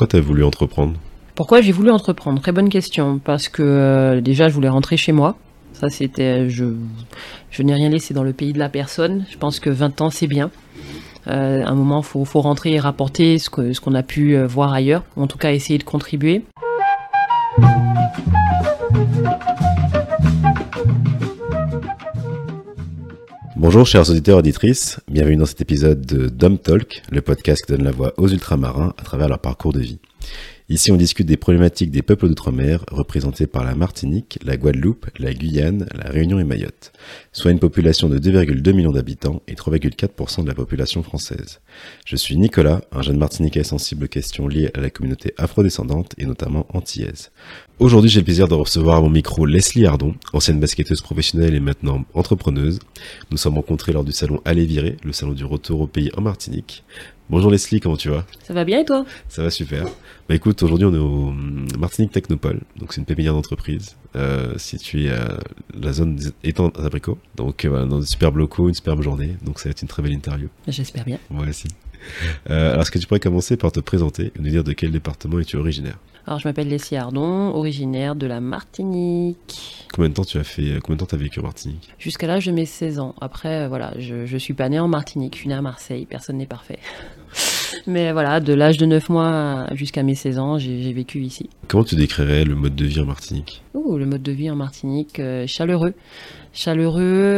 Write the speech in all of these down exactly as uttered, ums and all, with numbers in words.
Pourquoi tu as voulu entreprendre ? Pourquoi j'ai voulu entreprendre ? Très bonne question. Parce que euh, déjà, je voulais rentrer chez moi. Ça, c'était, je, je n'ai rien laissé dans le pays de la personne. Je pense que vingt ans, c'est bien. Euh, à un moment, il faut, faut rentrer et rapporter ce, que, ce qu'on a pu euh, voir ailleurs. En tout cas, essayer de contribuer. Bonjour chers auditeurs et auditrices, bienvenue dans cet épisode de Dom Talk, le podcast qui donne la voix aux ultramarins à travers leur parcours de vie. Ici on discute des problématiques des peuples d'outre-mer représentés par la Martinique, la Guadeloupe, la Guyane, la Réunion et Mayotte, soit une population de deux virgule deux millions d'habitants et trois virgule quatre pour cent de la population française. Je suis Nicolas, un jeune Martiniquais sensible aux questions liées à la communauté afrodescendante et notamment antillaise. Aujourd'hui j'ai le plaisir de recevoir à mon micro Leslie Ardon, ancienne basketteuse professionnelle et maintenant entrepreneuse. Nous sommes rencontrés lors du salon Aller Virer, le salon du retour au pays en Martinique. Bonjour Leslie, comment tu vas ? Ça va bien et toi ? Ça va super. Bah écoute, aujourd'hui on est au Martinique Technopole, donc c'est une pépinière d'entreprise euh, située à la zone des étangs d'abricots. Donc euh, voilà, dans de superbes locaux, une superbe journée, donc ça va être une très belle interview. J'espère bien. Moi aussi. Euh, alors est-ce que tu pourrais commencer par te présenter et nous dire de quel département es-tu originaire ? Alors je m'appelle Leslie Ardon, originaire de la Martinique. Combien de temps tu as fait, combien de temps tu as vécu en Martinique ? Jusqu'à l'âge de mes seize ans. Après, voilà, je, je suis pas née en Martinique, je suis née à Marseille, personne n'est parfait. Mais voilà, de l'âge de neuf mois jusqu'à mes seize ans, j'ai, j'ai vécu ici. Comment tu décrirais le mode de vie en Martinique ? Ouh, le mode de vie en Martinique, euh, chaleureux. Chaleureux,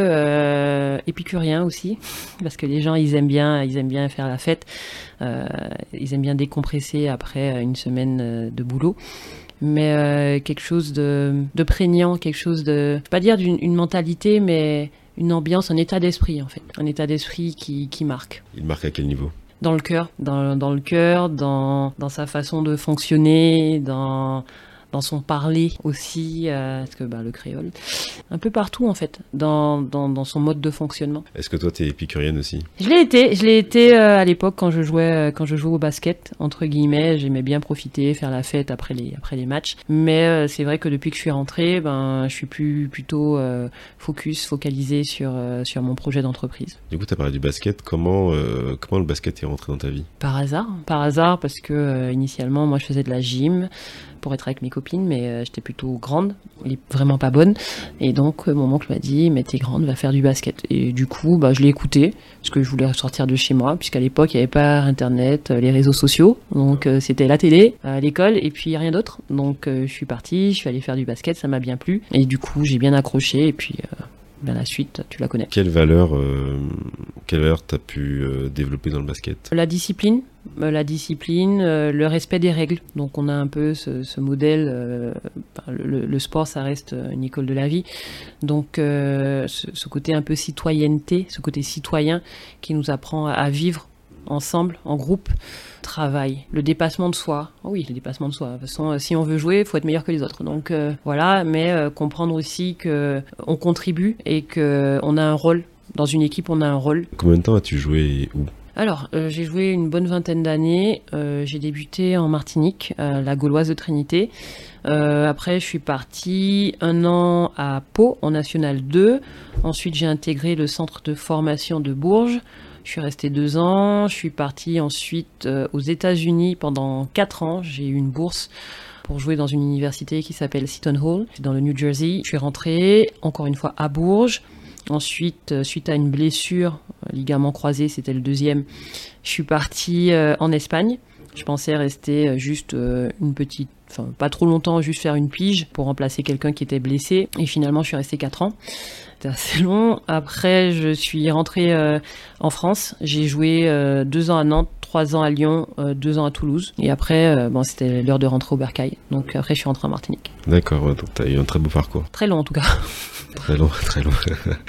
euh, épicurien aussi, parce que les gens, ils aiment bien, ils aiment bien faire la fête. Euh, ils aiment bien décompresser après une semaine de boulot. Mais euh, quelque chose de, de prégnant, quelque chose de, je ne vais pas dire d'une une mentalité, mais une ambiance, un état d'esprit en fait. Un état d'esprit qui, qui marque. Il marque à quel niveau ? Dans le cœur, dans, dans le cœur, dans, dans sa façon de fonctionner, dans, dans son parler aussi, euh, parce que bah, le créole, un peu partout en fait, dans, dans, dans son mode de fonctionnement. Est-ce que toi t'es épicurienne aussi ? Je l'ai été, je l'ai été euh, à l'époque quand je jouais, euh, quand je jouais au basket, entre guillemets, j'aimais bien profiter, faire la fête après les, après les matchs. Mais euh, c'est vrai que depuis que je suis rentrée, ben, je suis plus plutôt euh, focus, focalisé sur, euh, sur mon projet d'entreprise. Du coup, tu as parlé du basket. Comment, euh, comment le basket est rentré dans ta vie ? Par hasard, par hasard, parce que euh, initialement, moi, je faisais de la gym pour être avec mes copines, mais euh, j'étais plutôt grande et vraiment pas bonne. Et donc, euh, mon oncle m'a dit, mais t'es grande, va faire du basket. Et du coup, bah, je l'ai écouté, parce que je voulais sortir de chez moi, puisqu'à l'époque, il n'y avait pas Internet, euh, les réseaux sociaux. Donc, euh, c'était la télé, à l'école, et puis rien d'autre. Donc, euh, je suis partie, je suis allée faire du basket, ça m'a bien plu. Et du coup, j'ai bien accroché, et puis... Euh, Ben la suite, tu la connais. Quelle valeur, euh, quelle valeur t'as pu euh, développer dans le basket ? La discipline, euh, la discipline, euh, le respect des règles. Donc on a un peu ce, ce modèle. Euh, le, le sport, ça reste une école de la vie. Donc euh, ce, ce côté un peu citoyenneté, ce côté citoyen qui nous apprend à, à vivre ensemble, en groupe. Travail, le dépassement de soi. Oh oui, le dépassement de soi. De toute façon, si on veut jouer, il faut être meilleur que les autres. Donc euh, voilà, mais euh, comprendre aussi que on contribue et que on a un rôle. Dans une équipe, on a un rôle. Combien de temps as-tu joué et où ? Alors, euh, j'ai joué une bonne vingtaine d'années. Euh, j'ai débuté en Martinique, à la Gauloise de Trinité. Euh, après, je suis partie un an à Pau, en National deux. Ensuite, j'ai intégré le centre de formation de Bourges. Je suis restée deux ans, je suis partie ensuite euh, aux États-Unis pendant quatre ans. J'ai eu une bourse pour jouer dans une université qui s'appelle Seton Hall, c'est dans le New Jersey. Je suis rentrée encore une fois à Bourges. Ensuite, euh, suite à une blessure, euh, ligament croisé, c'était le deuxième, je suis partie euh, en Espagne. Je pensais rester juste euh, une petite, enfin pas trop longtemps, juste faire une pige pour remplacer quelqu'un qui était blessé. Et finalement, je suis restée quatre ans. C'était assez long. Après, je suis rentrée euh, en France. J'ai joué euh, deux ans à Nantes, trois ans à Lyon, euh, deux ans à Toulouse. Et après, euh, bon, c'était l'heure de rentrer au Bercail. Donc après, je suis rentrée en Martinique. D'accord, ouais, donc tu as eu un très beau parcours. Très long en tout cas. Très long, très long.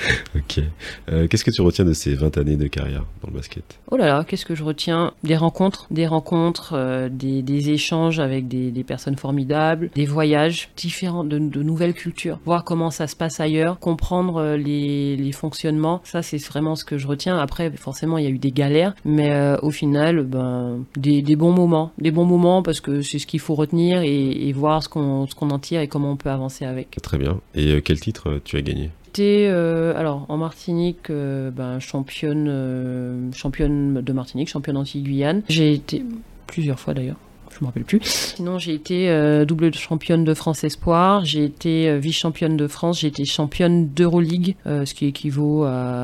Ok. Euh, qu'est-ce que tu retiens de ces vingt années de carrière dans le basket ? Oh là là, qu'est-ce que je retiens ? Des rencontres, des rencontres, euh, des, des échanges avec des, des personnes formidables, des voyages différents, de, de nouvelles cultures, voir comment ça se passe ailleurs, comprendre euh, les, les fonctionnements. Ça, c'est vraiment ce que je retiens. Après, forcément, il y a eu des galères, mais euh, au final, ben, des, des bons moments. Des bons moments parce que c'est ce qu'il faut retenir et, et voir ce qu'on, ce qu'on en tire et comment on peut avancer avec. Très bien. Et euh, quel titre euh, tu as gagné ? J'étais, euh, alors en Martinique, euh, ben, championne, euh, championne de Martinique, championne anti-Guyane. J'ai été plusieurs fois d'ailleurs. je me rappelle plus. Sinon, j'ai été euh, double championne de France Espoir, j'ai été euh, vice-championne de France, j'ai été championne d'Euroleague, euh, ce qui équivaut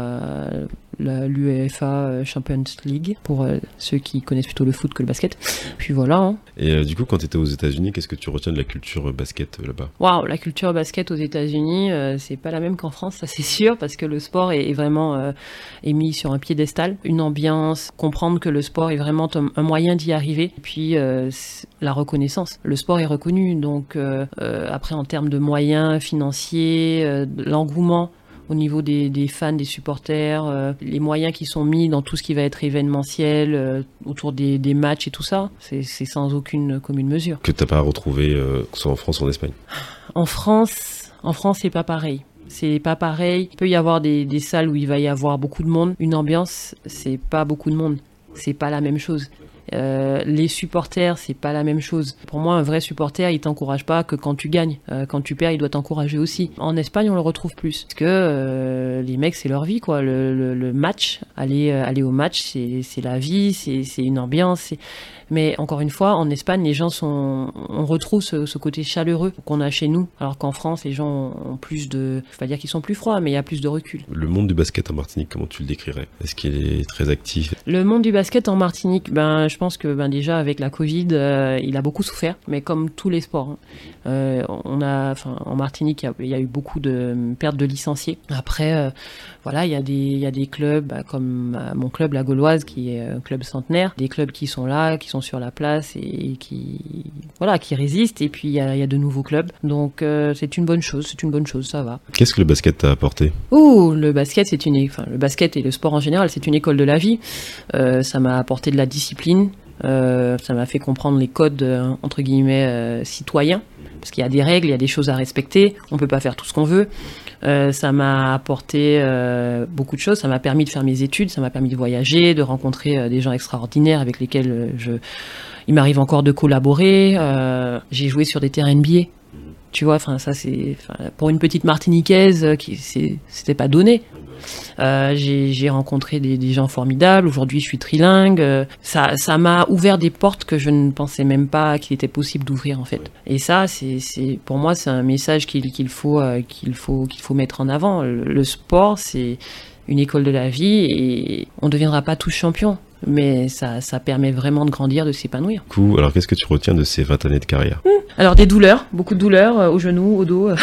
à la, l'UEFA Champions League, pour euh, ceux qui connaissent plutôt le foot que le basket. Puis voilà. Hein. Et euh, du coup, quand tu étais aux États-Unis, qu'est-ce que tu retiens de la culture basket euh, là-bas ? Waouh, la culture basket aux États-Unis, euh, c'est pas la même qu'en France, ça c'est sûr, parce que le sport est, est vraiment euh, est mis sur un piédestal, une ambiance, comprendre que le sport est vraiment un, un moyen d'y arriver. Et puis euh, la reconnaissance, le sport est reconnu, donc euh, euh, après en termes de moyens financiers, euh, l'engouement au niveau des, des fans, des supporters, euh, les moyens qui sont mis dans tout ce qui va être événementiel, euh, autour des, des matchs et tout ça, c'est, c'est sans aucune commune mesure. Que t'as pas retrouvé, euh, que ce soit en France ou en Espagne ? En France, en France, c'est pas pareil. C'est pas pareil. Il peut y avoir des, des salles où il va y avoir beaucoup de monde. Une ambiance, c'est pas beaucoup de monde. C'est pas la même chose. Euh, les supporters, c'est pas la même chose. Pour moi, un vrai supporter, il t'encourage pas que quand tu gagnes. Euh, quand tu perds, il doit t'encourager aussi. En Espagne, on le retrouve plus. Parce que euh, les mecs, c'est leur vie, quoi. Le, le, le match, aller, euh, aller au match, c'est, c'est la vie, c'est, c'est une ambiance. C'est... Mais encore une fois, en Espagne, les gens sont, on retrouve ce, ce côté chaleureux qu'on a chez nous, alors qu'en France, les gens ont plus de, je vais pas dire qu'ils sont plus froids, mais il y a plus de recul. Le monde du basket en Martinique, comment tu le décrirais ? Est-ce qu'il est très actif ? Le monde du basket en Martinique, ben, je pense que ben, déjà avec la Covid, euh, il a beaucoup souffert, mais comme tous les sports. Hein. Euh, on a, enfin, en Martinique, il y, a, il y a eu beaucoup de pertes de licenciés. Après, euh, voilà, il y a des, il y a des clubs bah, comme euh, mon club, la Gauloise, qui est un club centenaire, des clubs qui sont là, qui sont sur la place et qui, voilà, qui résistent. Et puis il y a, il y a de nouveaux clubs. Donc euh, c'est une bonne chose, c'est une bonne chose, ça va. Qu'est-ce que le basket t'a apporté ? Ouh, le basket, c'est une, enfin, le basket et le sport en général, c'est une école de la vie. Euh, ça m'a apporté de la discipline. Euh, ça m'a fait comprendre les codes euh, entre guillemets euh, citoyens, parce qu'il y a des règles, il y a des choses à respecter, on peut pas faire tout ce qu'on veut. Euh, ça m'a apporté euh, beaucoup de choses, ça m'a permis de faire mes études, ça m'a permis de voyager, de rencontrer euh, des gens extraordinaires avec lesquels euh, je, il m'arrive encore de collaborer. Euh, j'ai joué sur des terrains N B A, tu vois, enfin ça c'est, pour une petite Martiniquaise, euh, qui c'est, c'était pas donné. Euh, j'ai, j'ai rencontré des, des gens formidables. Aujourd'hui, je suis trilingue. Euh, ça, ça m'a ouvert des portes que je ne pensais même pas qu'il était possible d'ouvrir, en fait. Et ça, c'est, c'est pour moi, c'est un message qu'il, qu'il faut, euh, qu'il faut, qu'il faut mettre en avant. Le, le sport, c'est une école de la vie et on ne deviendra pas tous champions. Mais ça, ça permet vraiment de grandir, de s'épanouir. Cool. Alors, qu'est-ce que tu retiens de ces vingt années de carrière ? mmh. Alors, des douleurs, beaucoup de douleurs, euh, aux genoux, au dos.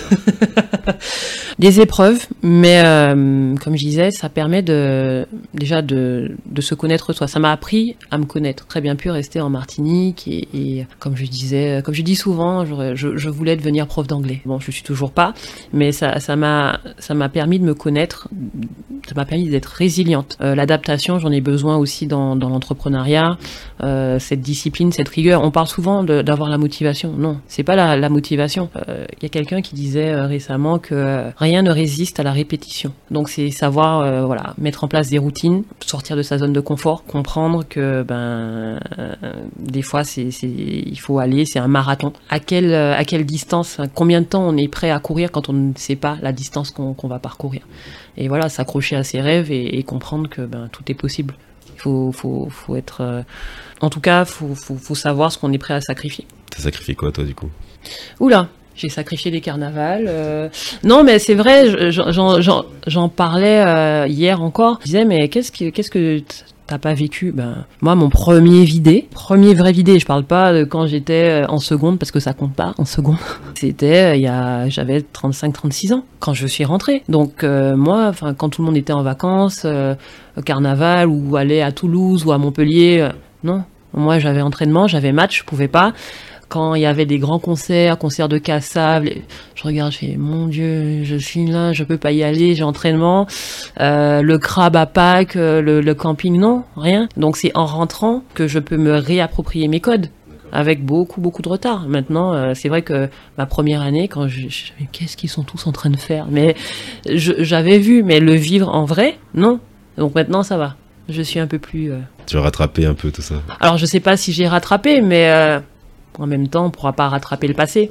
Des épreuves, mais euh, comme je disais, ça permet de, déjà de, de se connaître soi. Ça m'a appris à me connaître. Très bien pu rester en Martinique et, et comme je disais, comme je dis souvent, je, je, je voulais devenir prof d'anglais. Bon, je suis toujours pas, mais ça, ça m'a, ça m'a permis de me connaître. Ça m'a permis d'être résiliente. Euh, l'adaptation, j'en ai besoin aussi dans, dans l'entrepreneuriat. Euh, cette discipline, cette rigueur. On parle souvent de, d'avoir la motivation. Non, c'est pas la, la motivation. Il euh, y a quelqu'un qui disait euh, récemment que euh, rien ne résiste à la répétition. Donc c'est savoir, euh, voilà, mettre en place des routines, sortir de sa zone de confort, comprendre que ben euh, des fois c'est, c'est, il faut aller, c'est un marathon. À quelle, à quelle distance, combien de temps on est prêt à courir quand on ne sait pas la distance qu'on, qu'on va parcourir. Et voilà, s'accrocher à ses rêves et, et comprendre que ben tout est possible. Il faut, faut, faut être, euh, en tout cas, faut, faut, faut savoir ce qu'on est prêt à sacrifier. T'as sacrifié quoi toi du coup ? Oula. J'ai sacrifié des carnavals. Euh... Non, mais c'est vrai, j'en, j'en, j'en parlais euh, hier encore. Je disais, mais qu'est-ce que, qu'est-ce que t'as pas vécu ? Ben, moi, mon premier vidé, premier vrai vidé, je parle pas de quand j'étais en seconde, parce que ça compte pas en seconde. C'était, il y a, j'avais trente-cinq trente-six ans, quand je suis rentrée. Donc, euh, moi, enfin, quand tout le monde était en vacances, euh, au carnaval, ou aller à Toulouse, ou à Montpellier, euh, non. Moi, j'avais entraînement, j'avais match, je pouvais pas. Quand il y avait des grands concerts, concerts de Cassav, je regarde, je fais, mon Dieu, je suis là, je peux pas y aller, j'ai entraînement. Euh, le crabe à Pâques, le, le camping, non, rien. Donc c'est en rentrant que je peux me réapproprier mes codes, avec beaucoup, beaucoup de retard. Maintenant, euh, c'est vrai que ma première année, quand je, je mais qu'est-ce qu'ils sont tous en train de faire ? Mais je, j'avais vu, mais le vivre en vrai, non. Donc maintenant, ça va. Je suis un peu plus... Euh... Tu as rattrapé un peu tout ça ? Alors je sais pas si j'ai rattrapé, mais... Euh... En même temps, on ne pourra pas rattraper le passé.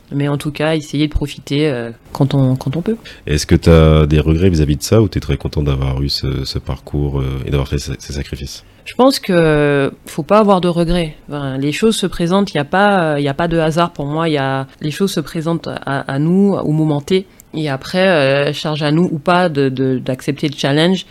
Mais en tout cas, essayer de profiter euh, quand, on, quand on peut. Est-ce que tu as des regrets vis-à-vis de ça ou tu es très content d'avoir eu ce, ce parcours euh, et d'avoir fait ces, ces sacrifices? Je pense qu'il ne faut pas avoir de regrets. Enfin, les choses se présentent, il n'y a, a pas de hasard pour moi. Y a, les choses se présentent à, à nous au moment T. Et après, euh, charge à nous ou pas de, de, d'accepter le challenge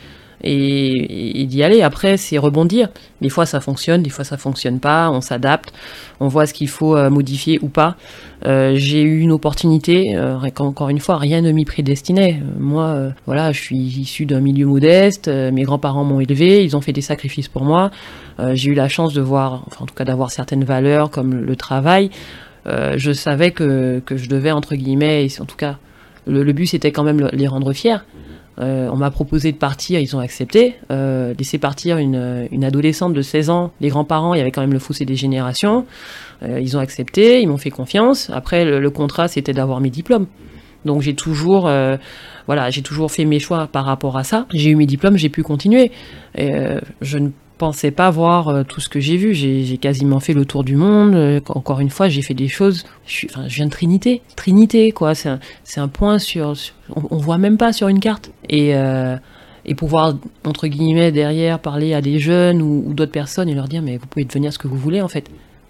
et, et d'y aller. Après, c'est rebondir. Des fois, ça fonctionne, des fois, ça fonctionne pas. On s'adapte, on voit ce qu'il faut euh, modifier ou pas. Euh, j'ai eu une opportunité, euh, encore une fois, rien ne m'y prédestinait. Euh, moi, euh, voilà, je suis issu d'un milieu modeste, euh, mes grands-parents m'ont élevé, ils ont fait des sacrifices pour moi. Euh, j'ai eu la chance de voir, enfin, en tout cas, d'avoir certaines valeurs comme le travail. Euh, je savais que, que je devais, entre guillemets, et en tout cas, le, le but, c'était quand même les rendre fiers. Euh, on m'a proposé de partir, ils ont accepté. Euh, laisser partir une, une adolescente de seize ans, les grands-parents, il y avait quand même le fossé des générations. Euh, ils ont accepté, ils m'ont fait confiance. Après, le, le contrat, c'était d'avoir mes diplômes. Donc j'ai toujours, euh, voilà, j'ai toujours fait mes choix par rapport à ça. J'ai eu mes diplômes, j'ai pu continuer. Et, euh, je ne pensais pas voir euh, tout ce que j'ai vu. J'ai, j'ai quasiment fait le tour du monde. Euh, encore une fois, j'ai fait des choses. Je, suis, enfin, je viens de Trinité, Trinité, quoi. C'est un, c'est un point sur, sur on, on voit même pas sur une carte. Et euh, et pouvoir entre guillemets derrière parler à des jeunes ou, ou d'autres personnes et leur dire mais vous pouvez devenir ce que vous voulez en fait.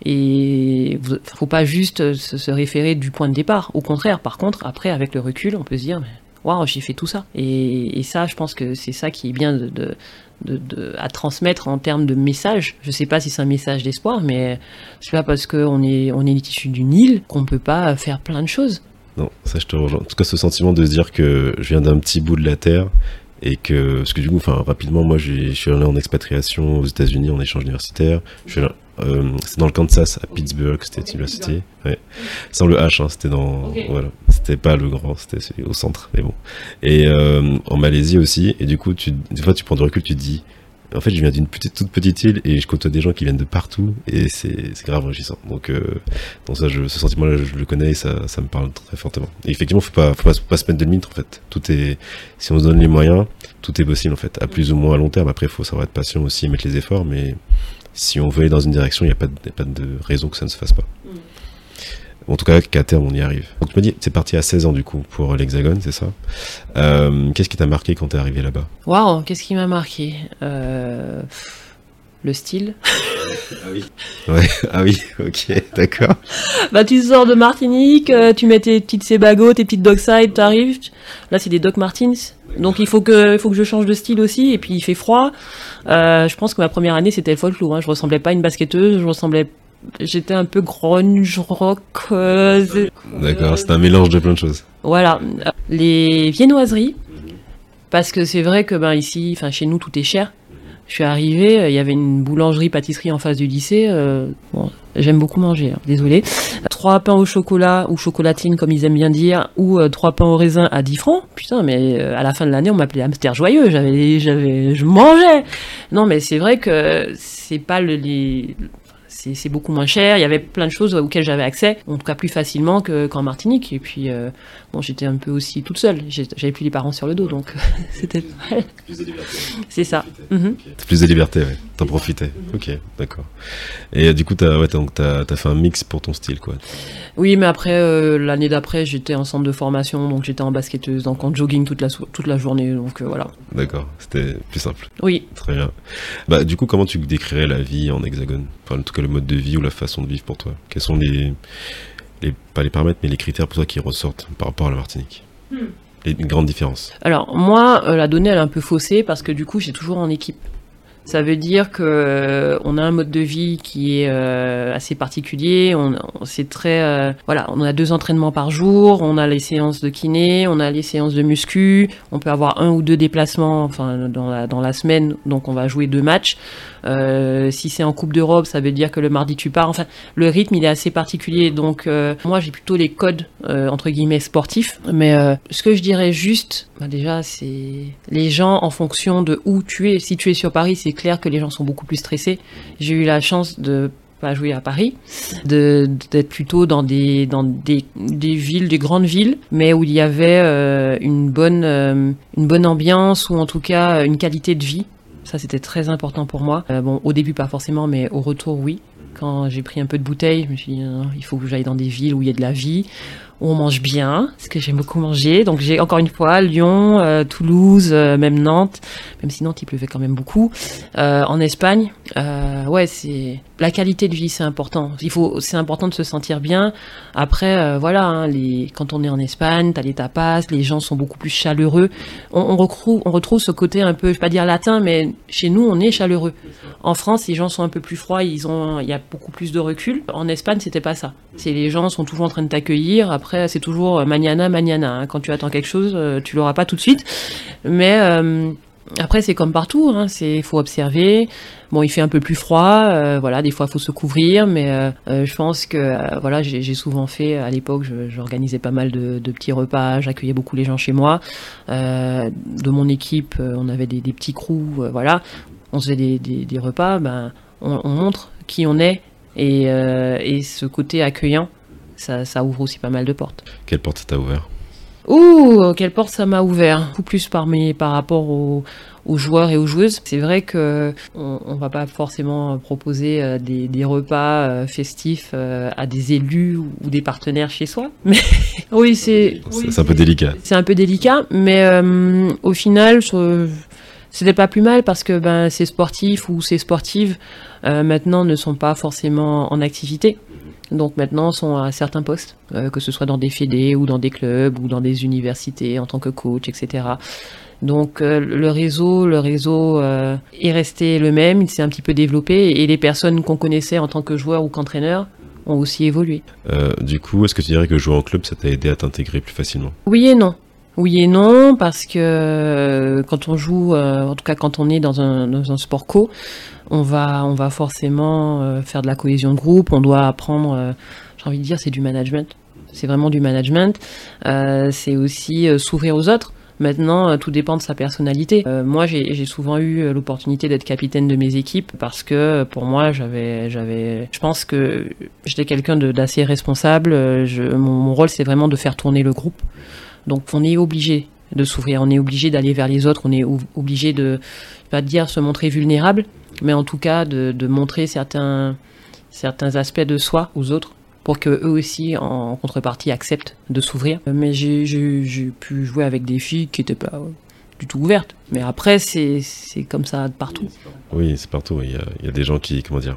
Et il ne faut pas juste se, se référer du point de départ. Au contraire, par contre, après, avec le recul, on peut se dire « Waouh, j'ai fait tout ça ». Et, et ça, je pense que c'est ça qui est bien de, de, de, de, à transmettre en termes de message. Je ne sais pas si c'est un message d'espoir, mais c'est pas parce qu'on est, on est issu d'une île qu'on ne peut pas faire plein de choses. Non, ça je te rejoins. En tout cas, ce sentiment de se dire que je viens d'un petit bout de la Terre et que, parce que du coup, enfin, rapidement, moi, j'ai, je suis allé en expatriation aux États-Unis en échange universitaire. Je suis allé, euh, c'est dans le Kansas, à Pittsburgh State University. Ouais. Sans le H, hein, c'était dans, okay. Voilà, c'était pas le grand, c'était au centre, mais bon. Et euh, en Malaisie aussi. Et du coup, tu, des fois, tu prends du recul, tu te dis, en fait, je viens d'une petite, toute petite île et je côtoie des gens qui viennent de partout et c'est, c'est grave enrichissant. Donc, euh, donc ça, je, ce sentiment-là, je, je le connais et ça, ça me parle très fortement. Et effectivement, faut pas, faut pas, faut pas se mettre de limite, en fait. Tout est, si on se donne les moyens, tout est possible, en fait. À plus ou moins à long terme. Après, il faut savoir être patient aussi et mettre les efforts, mais si on veut aller dans une direction, il n'y a pas de, y a pas de raison que ça ne se fasse pas. Mm. En tout cas, qu'à terme, on y arrive. Donc, tu m'as dit, c'est parti à seize ans, du coup, pour l'Hexagone, c'est ça. Euh, qu'est-ce qui t'a marqué quand t'es arrivé là-bas? Waouh, qu'est-ce qui m'a marqué euh, Le style. Ah oui. Ouais, ah oui, ok, d'accord. Bah, tu sors de Martinique, euh, tu mets tes petites Sebago, tes petites Dockside, t'arrives. Là, c'est des Doc Martens. Donc, il faut que, il faut que je change de style aussi. Et puis, il fait froid. Euh, je pense que ma première année, c'était le folklore. Hein. Je ressemblais pas à une basketteuse, je ressemblais. J'étais un peu grunge, rock. Euh, D'accord, c'est un mélange de plein de choses. Voilà. Les viennoiseries, parce que c'est vrai que ben, ici, enfin, chez nous, tout est cher. Je suis arrivée, il y avait une boulangerie-pâtisserie en face du lycée. Euh, bon, j'aime beaucoup manger, hein, désolée. Trois pains au chocolat, ou chocolatine, comme ils aiment bien dire, ou euh, trois pains au raisin à dix francs. Putain, mais euh, à la fin de l'année, on m'appelait hamster joyeux. J'avais, j'avais, je mangeais. Non, mais c'est vrai que c'est pas le... Les... C'est, c'est beaucoup moins cher, il y avait plein de choses auxquelles j'avais accès, en tout cas plus facilement que, qu'en Martinique. Et puis, euh, bon, j'étais un peu aussi toute seule, j'avais plus les parents sur le dos, donc c'était... Plus de liberté. C'est ça. Mm-hmm. Plus de liberté, ouais. T'en profitais. Ok, d'accord. Et euh, du coup, t'as, ouais, t'as, t'as, t'as fait un mix pour ton style, quoi. Oui, mais après, euh, l'année d'après, j'étais en centre de formation, donc j'étais en basketteuse, donc en jogging toute la, toute la journée, donc euh, voilà. D'accord, c'était plus simple. Oui. Très bien. Bah, du coup, comment tu décrirais la vie en Hexagone? Enfin, en tout cas, le mode de vie ou la façon de vivre pour toi? Quels sont les, les pas les paramètres, mais les critères pour toi qui ressortent par rapport à la Martinique? hmm. Les grandes différences. Alors, moi, euh, la donnée, elle est un peu faussée parce que du coup, j'ai toujours en équipe. Ça veut dire que euh, on a un mode de vie qui est euh, assez particulier. On, on c'est très, euh, voilà, on a deux entraînements par jour. On a les séances de kiné, on a les séances de muscu. On peut avoir un ou deux déplacements, enfin dans la dans la semaine. Donc on va jouer deux matchs. Euh, si c'est en Coupe d'Europe, ça veut dire que le mardi tu pars. Enfin, le rythme il est assez particulier. Donc euh, moi j'ai plutôt les codes euh, entre guillemets sportifs. Mais euh, ce que je dirais juste, bah, déjà c'est les gens en fonction de où tu es. Si tu es sur Paris, c'est clair que les gens sont beaucoup plus stressés. J'ai eu la chance de pas jouer à Paris, de, d'être plutôt dans des dans des, des villes, des grandes villes, mais où il y avait euh, une bonne euh, une bonne ambiance ou en tout cas une qualité de vie. Ça c'était très important pour moi. Euh, bon, au début pas forcément, mais au retour oui. Quand j'ai pris un peu de bouteille, je me suis dit, euh, il faut que j'aille dans des villes où il y a de la vie, où on mange bien, parce que j'aime beaucoup manger. Donc j'ai encore une fois Lyon, euh, Toulouse, euh, même Nantes, même si Nantes il pleuvait quand même beaucoup. Euh, en Espagne, euh, ouais, c'est la qualité de vie, c'est important. Il faut, c'est important de se sentir bien. Après, euh, voilà, hein, les, quand on est en Espagne, t'as les tapas, les gens sont beaucoup plus chaleureux. On, on retrouve, on retrouve ce côté un peu, je vais pas dire latin, mais chez nous, on est chaleureux. En France, les gens sont un peu plus froids, ils ont, il y a beaucoup plus de recul. En Espagne, c'était pas ça. C'est les gens sont toujours en train de t'accueillir. Après, c'est toujours mañana, mañana. Hein. Quand tu attends quelque chose, tu l'auras pas tout de suite. Mais euh, après, c'est comme partout. Hein. C'est, faut observer. Bon, il fait un peu plus froid. Euh, voilà, des fois, faut se couvrir. Mais euh, je pense que euh, voilà, j'ai, j'ai souvent fait à l'époque. Je, j'organisais pas mal de, de petits repas. J'accueillais beaucoup les gens chez moi. Euh, de mon équipe, on avait des, des petits crews. Euh, voilà, on faisait des, des, des repas. Ben, on, on montre qui on est. Et, euh, et ce côté accueillant, ça, ça ouvre aussi pas mal de portes. Quelle porte ça t'a ouvert ? Ouh, quelle porte ça m'a ouvert. Beaucoup plus par, mes, par rapport aux, aux joueurs et aux joueuses. C'est vrai qu'on ne va pas forcément proposer euh, des, des repas euh, festifs euh, à des élus ou, ou des partenaires chez soi. Mais oui, c'est, c'est, c'est un peu délicat. C'est un peu délicat, mais euh, au final, je, c'était pas plus mal parce que ben, ces sportifs ou ces sportives euh, maintenant ne sont pas forcément en activité. Donc maintenant sont à certains postes, euh, que ce soit dans des fédés ou dans des clubs ou dans des universités en tant que coach, et cetera. Donc euh, le réseau, le réseau euh, est resté le même, il s'est un petit peu développé et les personnes qu'on connaissait en tant que joueur ou qu'entraîneur ont aussi évolué. Euh, du coup, est-ce que tu dirais que jouer en club, ça t'a aidé à t'intégrer plus facilement ? Oui et non. Oui et non, parce que euh, quand on joue, euh, en tout cas quand on est dans un, dans un sport co, on va, on va forcément euh, faire de la cohésion de groupe, on doit apprendre, euh, j'ai envie de dire, c'est du management. C'est vraiment du management. Euh, c'est aussi euh, s'ouvrir aux autres. Maintenant, euh, tout dépend de sa personnalité. Euh, moi, j'ai, j'ai souvent eu l'opportunité d'être capitaine de mes équipes parce que pour moi, j'avais, j'avais, je pense que j'étais quelqu'un de, d'assez responsable. Je, mon, mon rôle, c'est vraiment de faire tourner le groupe. Donc on est obligé de s'ouvrir, on est obligé d'aller vers les autres, on est obligé de, pas dire se montrer vulnérable, mais en tout cas de, de montrer certains, certains aspects de soi aux autres pour qu'eux aussi, en contrepartie, acceptent de s'ouvrir. Mais j'ai, j'ai, j'ai pu jouer avec des filles qui n'étaient pas du tout ouvertes. Mais après, c'est, c'est comme ça partout. Oui, c'est partout. Il y a, il y a des gens qui, comment dire,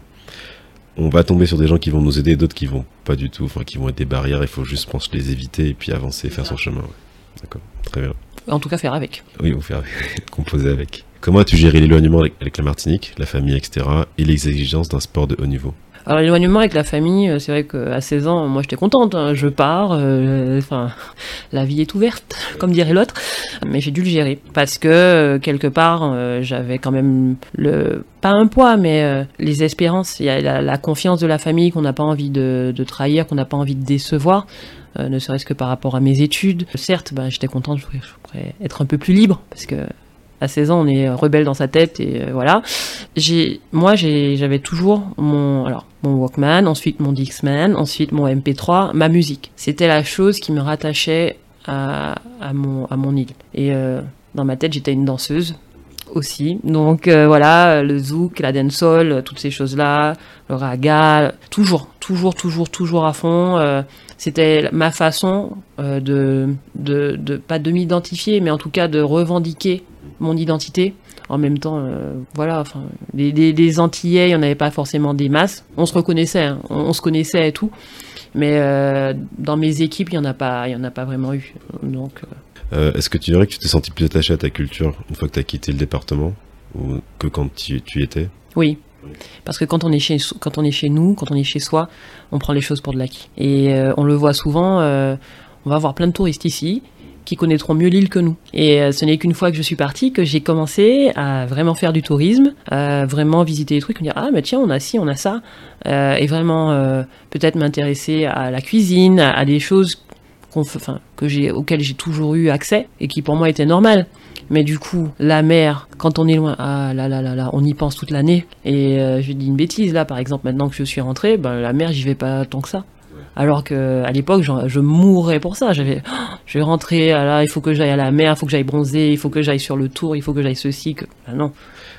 on va tomber sur des gens qui vont nous aider, d'autres qui vont pas du tout, enfin qui vont être des barrières, il faut juste, je pense, les éviter et puis avancer, faire son chemin. Ouais. D'accord, très bien. En tout cas, faire avec. Oui, on fait avec, composer avec. Comment as-tu géré l'éloignement avec, avec la Martinique, la famille, et cetera, et les exigences d'un sport de haut niveau ? Alors l'éloignement avec la famille, c'est vrai qu'à seize ans, moi j'étais contente, hein, je pars, euh, enfin la vie est ouverte, comme dirait l'autre, mais j'ai dû le gérer parce que euh, quelque part euh, j'avais quand même le pas un poids, mais euh, les espérances, il y a la, la confiance de la famille qu'on n'a pas envie de, de trahir, qu'on n'a pas envie de décevoir. Euh, ne serait-ce que par rapport à mes études. Certes, ben, j'étais contente, je pourrais, je pourrais être un peu plus libre parce que à seize ans, on est rebelle dans sa tête et euh, voilà. J'ai, moi, j'ai, j'avais toujours mon, alors, mon Walkman, ensuite mon Dixman, ensuite mon M P trois, ma musique. C'était la chose qui me rattachait à, à, mon, à mon île. Et euh, dans ma tête, j'étais une danseuse aussi. Donc euh, voilà, le zouk, la dancehall, toutes ces choses-là, le raga, toujours, toujours, toujours, toujours à fond. Euh, c'était ma façon euh, de, de, de, pas de m'identifier, mais en tout cas de revendiquer mon identité. En même temps, euh, voilà, enfin, les, les, les Antillais, il n'y en avait pas forcément des masses. On se reconnaissait, hein, on, on se connaissait et tout. Mais euh, dans mes équipes, il n'y en a pas, il y en a pas vraiment eu. Donc, euh... Euh, est-ce que tu dirais que tu t'es senti plus attaché à ta culture une fois que tu as quitté le département ou que quand tu, tu y étais ? Oui. Parce que quand on est chez, quand on est chez nous, quand on est chez soi, on prend les choses pour de l'acquis. Et euh, on le voit souvent, euh, on va avoir plein de touristes ici qui connaîtront mieux l'île que nous. Et euh, ce n'est qu'une fois que je suis partie que j'ai commencé à vraiment faire du tourisme, à vraiment visiter les trucs, me dire ah mais tiens on a ci, on a ça, euh, et vraiment euh, peut-être m'intéresser à la cuisine, à, à des choses qu'on, enfin, que j'ai, auxquelles j'ai toujours eu accès et qui pour moi étaient normales. Mais du coup, la mer, quand on est loin, ah là là là là, on y pense toute l'année. Et euh, je dis une bêtise là, par exemple, maintenant que je suis rentrée, ben la mer, j'y vais pas tant que ça. Alors que à l'époque, je, je mourrais pour ça. J'avais, oh, je vais rentrer, ah là, il faut que j'aille à la mer, il faut que j'aille bronzer, il faut que j'aille sur le tour, il faut que j'aille ceci, que, ben non.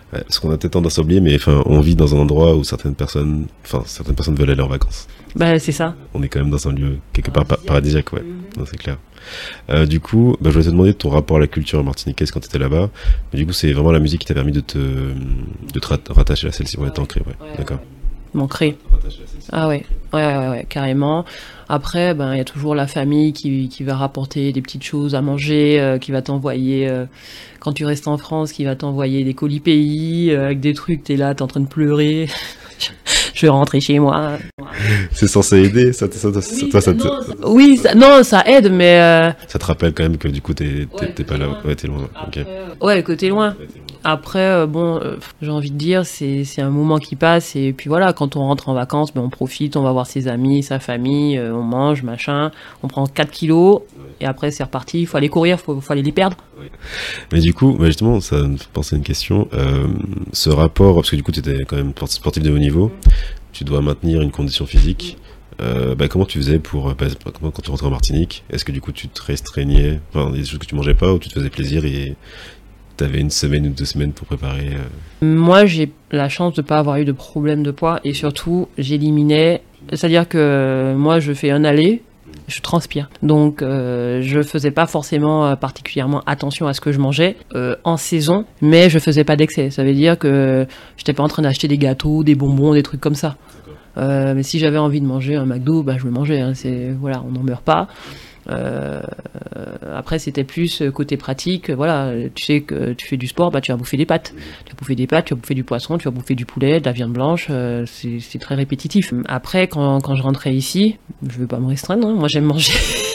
Ouais, parce qu'on a peut-être tendance à oublier, mais enfin, on vit dans un endroit où certaines personnes, enfin, certaines personnes veulent aller en vacances. Bah, c'est ça. On est quand même dans un lieu quelque part paradisiaque, paradisiaque ouais. Mm-hmm. Non, c'est clair. Euh, du coup, bah, je voulais te demander de ton rapport à la culture martiniquaise quand tu étais là-bas. Mais du coup, c'est vraiment la musique qui t'a permis de te, de te rattacher à celle-ci, ouais, t'ancrer, ouais. ouais. D'accord. M'ancrer. Ah ouais. Ouais, ouais, ouais, carrément. Après, ben, il y a toujours la famille qui, qui va rapporter des petites choses à manger, euh, qui va t'envoyer, euh, quand tu restes en France, qui va t'envoyer des colis pays, euh, avec des trucs, t'es là, t'es en train de pleurer. Je vais rentrer chez moi. C'est censé aider, ça, ça, ça, oui, toi, ça, te... non, ça, oui, ça, non, ça aide, mais... Euh... Ça te rappelle quand même que du coup, t'es, t'es, ouais, t'es pas là, ouais, t'es loin. Après, okay. Ouais, que t'es loin. Après, euh, bon, euh, j'ai envie de dire, c'est, c'est un moment qui passe, et puis voilà, quand on rentre en vacances, ben, on profite, on va voir ses amis, sa famille, euh, on mange, machin, on prend quatre kilos, et après c'est reparti, il faut aller courir, il faut, faut aller les perdre. Oui. Mais du coup, bah justement, ça me fait penser à une question, euh, ce rapport, parce que du coup tu étais quand même sportif de haut niveau, tu dois maintenir une condition physique, euh, bah, comment tu faisais pour, bah, comment, quand tu rentrais en Martinique, est-ce que du coup tu te restreignais, enfin des choses que tu mangeais pas, ou tu te faisais plaisir et t'avais une semaine ou deux semaines pour préparer euh... Moi, j'ai la chance de pas avoir eu de problème de poids, et surtout, j'éliminais, c'est-à-dire que moi, je fais un aller, je transpire. Donc, euh, je faisais pas forcément euh, particulièrement attention à ce que je mangeais euh, en saison, mais je faisais pas d'excès. Ça veut dire que j'étais pas en train d'acheter des gâteaux, des bonbons, des trucs comme ça. Euh, mais si j'avais envie de manger un McDo, bah, je le mangeais. Hein. C'est, voilà, on n'en meurt pas. Euh, après c'était plus côté pratique, voilà, tu sais que tu fais du sport, bah tu vas bouffer des pâtes, tu vas bouffer des pâtes, tu vas bouffer du poisson, tu vas bouffer du poulet, de la viande blanche, euh, c'est, c'est très répétitif. Après quand, quand je rentrais ici, je veux pas me restreindre, hein, moi j'aime manger.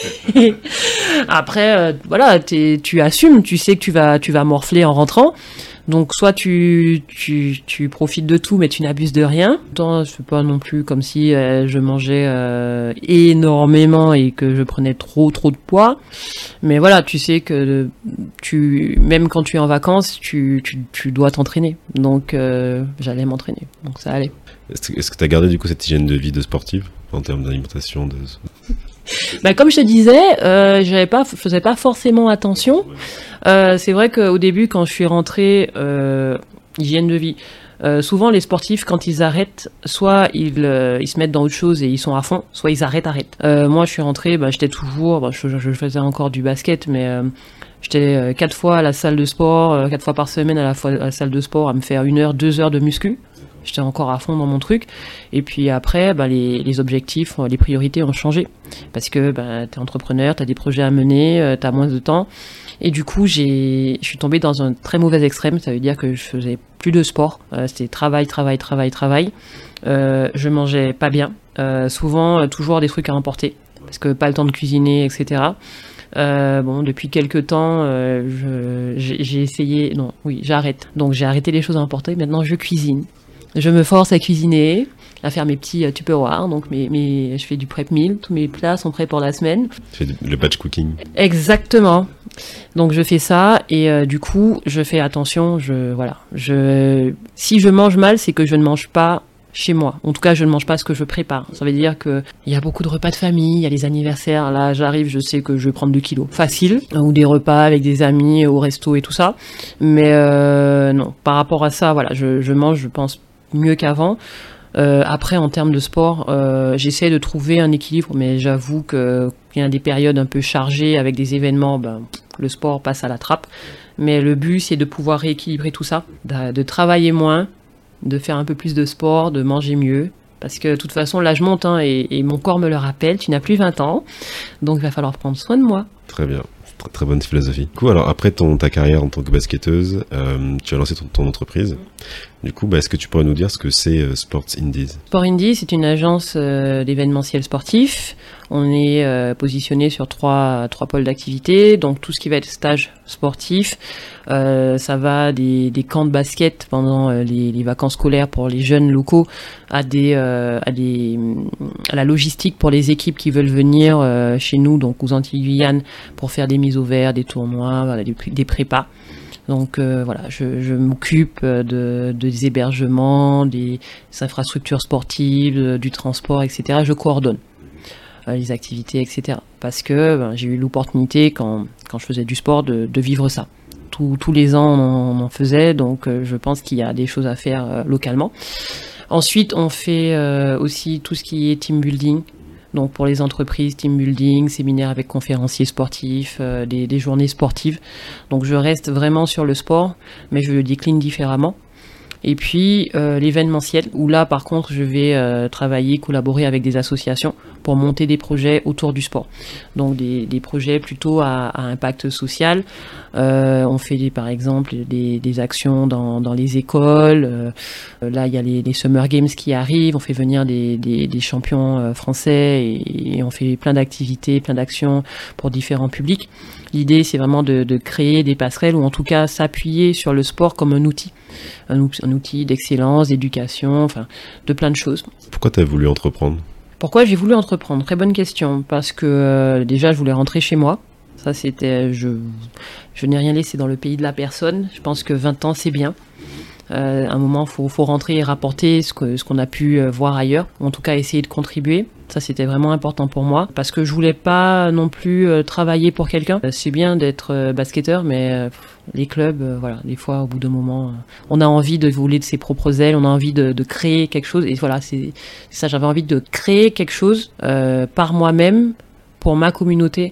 Après euh, voilà, t'es, tu assumes, tu sais que tu vas, tu vas morfler en rentrant. Donc soit tu, tu, tu profites de tout mais tu n'abuses de rien. Je fais pas non plus comme si euh, je mangeais euh, énormément et que je prenais trop trop de poids. Mais voilà, tu sais que tu, même quand tu es en vacances, tu, tu, tu dois t'entraîner. Donc euh, j'allais m'entraîner, donc ça allait. Est-ce que tu as gardé du coup cette hygiène de vie de sportive en termes d'alimentation de... Bah, comme je te disais, euh, j'avais pas, je faisais pas forcément attention. Euh, c'est vrai qu'au début, quand je suis rentrée, euh, hygiène de vie, euh, souvent les sportifs, quand ils arrêtent, soit ils, euh, ils se mettent dans autre chose et ils sont à fond, soit ils arrêtent, arrêtent. Euh, moi, je suis rentrée, bah, j'étais toujours, bah, je, je faisais encore du basket, mais euh, j'étais euh, quatre fois à la salle de sport, euh, quatre fois par semaine à la, fois, à la salle de sport, à me faire une heure, deux heures de muscu. J'étais encore à fond dans mon truc. Et puis après, bah, les, les objectifs, les priorités ont changé. Parce que bah, t'es entrepreneur, t'as des projets à mener, euh, t'as moins de temps. Et du coup, j'ai, je suis tombée dans un très mauvais extrême. Ça veut dire que je faisais plus de sport. Euh, c'était travail, travail, travail, travail. Euh, je mangeais pas bien. Euh, souvent, euh, toujours des trucs à emporter. Parce que pas le temps de cuisiner, et cetera. Euh, bon, depuis quelques temps, euh, je, j'ai, j'ai essayé... Non, oui, j'arrête. Donc j'ai arrêté les choses à emporter. Maintenant, je cuisine. Je me force à cuisiner, à faire mes petits tupperwares, donc mes, mes, je fais du prep meal, tous mes plats sont prêts pour la semaine. Tu fais le batch cooking. Exactement. Donc je fais ça et euh, du coup je fais attention. Je voilà, je si je mange mal, c'est que je ne mange pas chez moi. En tout cas, je ne mange pas ce que je prépare. Ça veut dire que il y a beaucoup de repas de famille, il y a les anniversaires. Là, j'arrive, je sais que je vais prendre deux kilos facile, ou des repas avec des amis au resto et tout ça. Mais euh, non, par rapport à ça, voilà, je, je mange, je pense, mieux qu'avant. Euh, après, en termes de sport, euh, j'essaie de trouver un équilibre, mais j'avoue que qu'il y a des périodes un peu chargées avec des événements, ben, le sport passe à la trappe. Mais le but, c'est de pouvoir rééquilibrer tout ça, de, de travailler moins, de faire un peu plus de sport, de manger mieux. Parce que de toute façon, là, je monte hein, et, et mon corps me le rappelle, tu n'as plus vingt ans, donc il va falloir prendre soin de moi. Très bien. Très, très bonne philosophie. Du coup, alors après ton, ta carrière en tant que basketteuse, euh, tu as lancé ton, ton entreprise. Du coup, bah, est-ce que tu pourrais nous dire ce que c'est euh, Sports Indies ? Sport Indies, c'est une agence euh, d'événementiel sportif. On est euh, positionné sur trois, trois pôles d'activité. Donc tout ce qui va être stage sportif, euh, ça va des, des camps de basket pendant euh, les, les vacances scolaires pour les jeunes locaux, à des, euh, à des, à la logistique pour les équipes qui veulent venir euh, chez nous, donc aux Antilles Guyane, pour faire des mises au vert, des tournois, voilà, des, des prépas. Donc euh, voilà, je, je m'occupe de, de, des hébergements, des infrastructures sportives, de, du transport, et cetera. Je coordonne euh, les activités, et cetera. Parce que ben, j'ai eu l'opportunité, quand, quand je faisais du sport, de, de vivre ça. tout, tous les ans on en faisait, donc euh, je pense qu'il y a des choses à faire euh, localement. Ensuite, on fait euh, aussi tout ce qui est team building. Donc pour les entreprises, team building, séminaires avec conférenciers sportifs, euh, des, des journées sportives. Donc je reste vraiment sur le sport, mais je le décline différemment. Et puis euh, l'événementiel, où là par contre je vais euh, travailler, collaborer avec des associations pour monter des projets autour du sport. Donc des, des projets plutôt à, à impact social. Euh, on fait des, par exemple des, des actions dans, dans les écoles. Euh, là il y a les, les Summer Games qui arrivent, on fait venir des, des, des champions français et, et on fait plein d'activités, plein d'actions pour différents publics. L'idée c'est vraiment de, de créer des passerelles ou en tout cas s'appuyer sur le sport comme un outil. Un, un outil d'excellence, d'éducation, enfin, de plein de choses. Pourquoi tu as voulu entreprendre ? Pourquoi j'ai voulu entreprendre ? Très bonne question. Parce que euh, déjà, je voulais rentrer chez moi. Ça, c'était... Je, je n'ai rien laissé dans le pays de la personne. Je pense que vingt ans, c'est bien. Euh, à un moment, il faut, faut rentrer et rapporter ce, que, ce qu'on a pu voir ailleurs. Ou en tout cas, essayer de contribuer. Ça, c'était vraiment important pour moi. Parce que je voulais pas non plus euh, travailler pour quelqu'un. C'est bien d'être euh, basketteur, mais euh, les clubs, euh, voilà, des fois, au bout d'un moment, euh, on a envie de voler de ses propres ailes, on a envie de, de créer quelque chose. Et voilà, c'est, c'est ça, j'avais envie de créer quelque chose euh, par moi-même, pour ma communauté,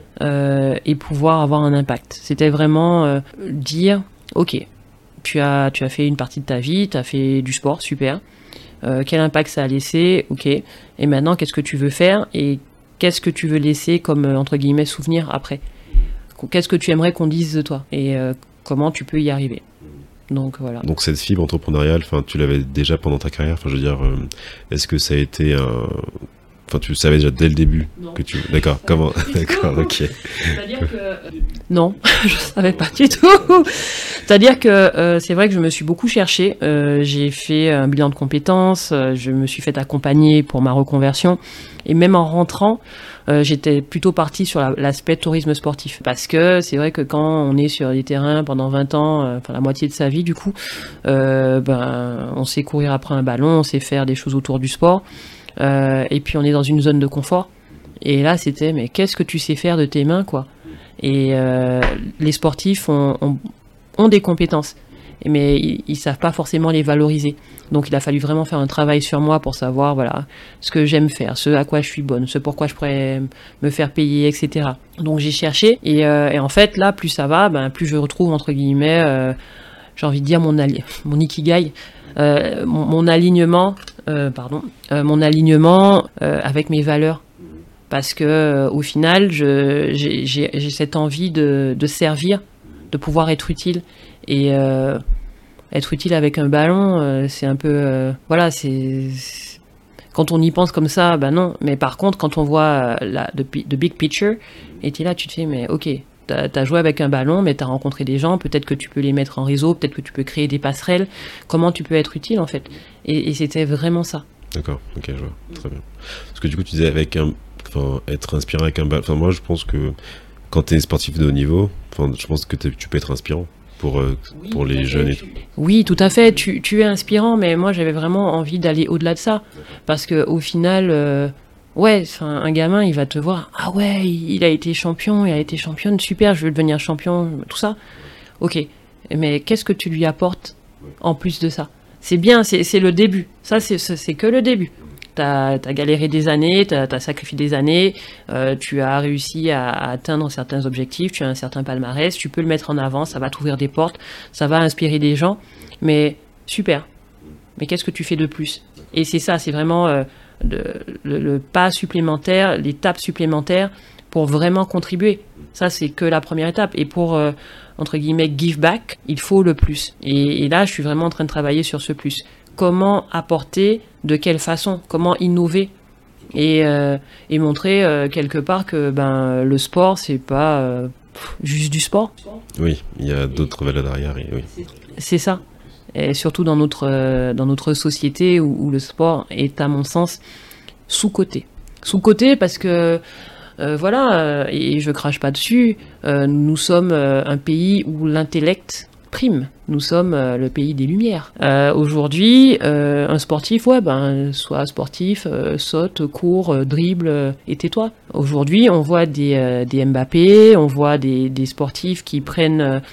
euh, et pouvoir avoir un impact. C'était vraiment euh, dire, ok, tu as, tu as fait une partie de ta vie, tu as fait du sport, super. Euh, quel impact ça a laissé, ok. Et maintenant, qu'est-ce que tu veux faire et qu'est-ce que tu veux laisser comme, entre guillemets, souvenir après ? Qu'est-ce que tu aimerais qu'on dise de toi et euh, comment tu peux y arriver ? Donc voilà. Donc cette fibre entrepreneuriale, enfin, tu l'avais déjà pendant ta carrière. Enfin, je veux dire, euh, est-ce que ça a été un... Enfin, tu le savais déjà dès le début non. que tu... D'accord, comment ? D'accord, ok. C'est-à-dire que... Non, je savais pas du tout. C'est-à-dire que euh, c'est vrai que je me suis beaucoup cherchée. Euh, j'ai fait un bilan de compétences, euh, je me suis fait accompagner pour ma reconversion. Et même en rentrant, euh, j'étais plutôt partie sur la, l'aspect tourisme sportif. Parce que c'est vrai que quand on est sur des terrains pendant vingt ans, euh, enfin la moitié de sa vie du coup, euh, ben, on sait courir après un ballon, on sait faire des choses autour du sport. Euh, et puis on est dans une zone de confort. Et là, c'était, mais qu'est-ce que tu sais faire de tes mains, quoi ? Et euh, les sportifs ont, ont, ont des compétences, mais ils, ils savent pas forcément les valoriser. Donc il a fallu vraiment faire un travail sur moi pour savoir, voilà, ce que j'aime faire, ce à quoi je suis bonne, ce pourquoi je pourrais me faire payer, et cetera. Donc j'ai cherché, et, euh, et en fait, là, plus ça va, ben, plus je retrouve, entre guillemets, euh, j'ai envie de dire mon, ali- mon ikigai, euh, mon, mon alignement, euh, pardon, euh, mon alignement euh, avec mes valeurs. Parce que euh, au final, je, j'ai, j'ai, j'ai cette envie de, de servir, de pouvoir être utile. Et euh, être utile avec un ballon, euh, c'est un peu... Euh, voilà, c'est, c'est... Quand on y pense comme ça, ben non. Mais par contre, quand on voit la the, the big picture, et t'es là, tu te fais, mais ok, t'as, t'as joué avec un ballon, mais t'as rencontré des gens, peut-être que tu peux les mettre en réseau, peut-être que tu peux créer des passerelles. Comment tu peux être utile, en fait ? Et, et c'était vraiment ça. D'accord, ok, je vois. Très bien. Parce que du coup, tu disais avec un... Enfin, être inspirant avec un ballon. Enfin, moi, je pense que quand tu es sportif de haut niveau, enfin, je pense que tu peux être inspirant pour, euh, oui, pour les jeunes et tout. Oui, tout à fait. Tu, tu es inspirant, mais moi, j'avais vraiment envie d'aller au-delà de ça. Parce qu'au final, euh, ouais, un gamin, il va te voir. Ah ouais, il a été champion, il a été championne, super, je veux devenir champion, tout ça. Ok, mais qu'est-ce que tu lui apportes en plus de ça ? C'est bien, c'est, c'est le début. Ça, c'est, c'est que le début. T'as, t'as galéré des années, t'as, t'as sacrifié des années, euh, tu as réussi à, à atteindre certains objectifs, tu as un certain palmarès, tu peux le mettre en avant, ça va t'ouvrir des portes, ça va inspirer des gens, mais super. Mais qu'est-ce que tu fais de plus ? Et c'est ça, c'est vraiment euh, de, le, le pas supplémentaire, l'étape supplémentaire pour vraiment contribuer. Ça, c'est que la première étape. Et pour, euh, entre guillemets, give back, il faut le plus. Et, et là, je suis vraiment en train de travailler sur ce plus. Comment apporter, de quelle façon, comment innover et, euh, et montrer euh, quelque part que ben, le sport, c'est pas euh, juste du sport. Oui, il y a d'autres valeurs derrière. Et oui. C'est ça. Et surtout dans notre, euh, dans notre société où, où le sport est, à mon sens, sous-coté. Sous-coté parce que, euh, voilà, euh, et je crache pas dessus, euh, nous sommes euh, un pays où l'intellect prime. Nous sommes euh, le pays des lumières. Euh, aujourd'hui, euh, un sportif, ouais, ben, soit sportif, euh, saute, court, euh, dribble, euh, et tais-toi. Aujourd'hui, on voit des, euh, des Mbappé, on voit des, des sportifs qui prennent euh,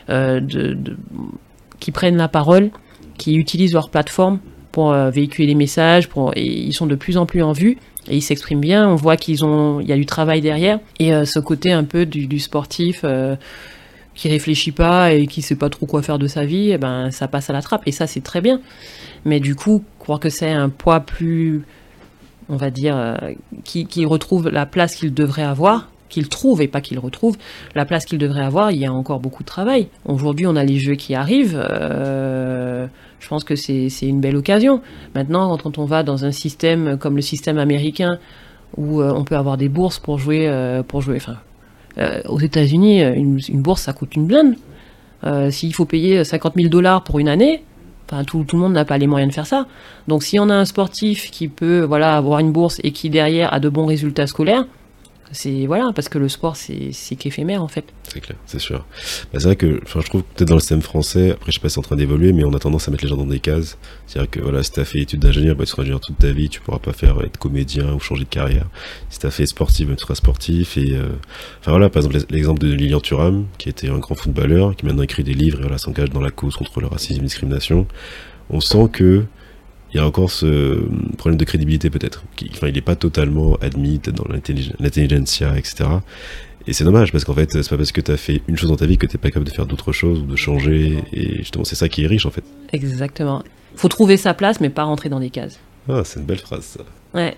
euh, de, de, qui prennent la parole, qui utilisent leur plateforme pour euh, véhiculer les messages, pour, et ils sont de plus en plus en vue. Et ils s'expriment bien, on voit qu'ils ont, il y a du travail derrière. Et euh, ce côté un peu du, du sportif euh, qui réfléchit pas et qui sait pas trop quoi faire de sa vie, eh ben, ça passe à la trappe. Et ça, c'est très bien. Mais du coup, croire que c'est un poids plus, on va dire, euh, qui, qui retrouve la place qu'il devrait avoir, qu'il trouve et pas qu'il retrouve, la place qu'il devrait avoir, il y a encore beaucoup de travail. Aujourd'hui, on a les jeux qui arrivent. Euh, je pense que c'est, c'est une belle occasion. Maintenant, quand on va dans un système comme le système américain, où euh, on peut avoir des bourses pour jouer, euh, pour jouer. Enfin, euh, aux États-Unis, une, une bourse, ça coûte une blinde. Euh, s'il faut payer cinquante mille dollars pour une année, enfin, tout, tout le monde n'a pas les moyens de faire ça. Donc, si on a un sportif qui peut, voilà, avoir une bourse et qui derrière a de bons résultats scolaires, c'est voilà, parce que le sport c'est c'est qu'éphémère en fait. C'est clair, c'est sûr. Bah, c'est vrai que enfin, je trouve que peut-être dans le système français, après je sais pas si c'est en train d'évoluer, mais on a tendance à mettre les gens dans des cases. C'est-à-dire que voilà, si t'as fait études d'ingénieur, bah, tu seras ingénieur toute ta vie, tu pourras pas faire être comédien ou changer de carrière. Si t'as fait sportif, bah, tu seras sportif. Et euh... enfin voilà, par exemple l'exemple de Lilian Thuram, qui était un grand footballeur, qui maintenant écrit des livres et voilà, s'engage dans la cause contre le racisme et la discrimination. On sent que il y a encore ce problème de crédibilité peut-être. Enfin, il n'est pas totalement admis dans l'intelligentsia, et cetera. Et c'est dommage, parce qu'en fait, c'est pas parce que tu as fait une chose dans ta vie que tu n'es pas capable de faire d'autres choses ou de changer. Et justement, c'est ça qui est riche, en fait. Exactement. Faut trouver sa place, mais pas rentrer dans des cases. Ah, c'est une belle phrase, ça. Ouais.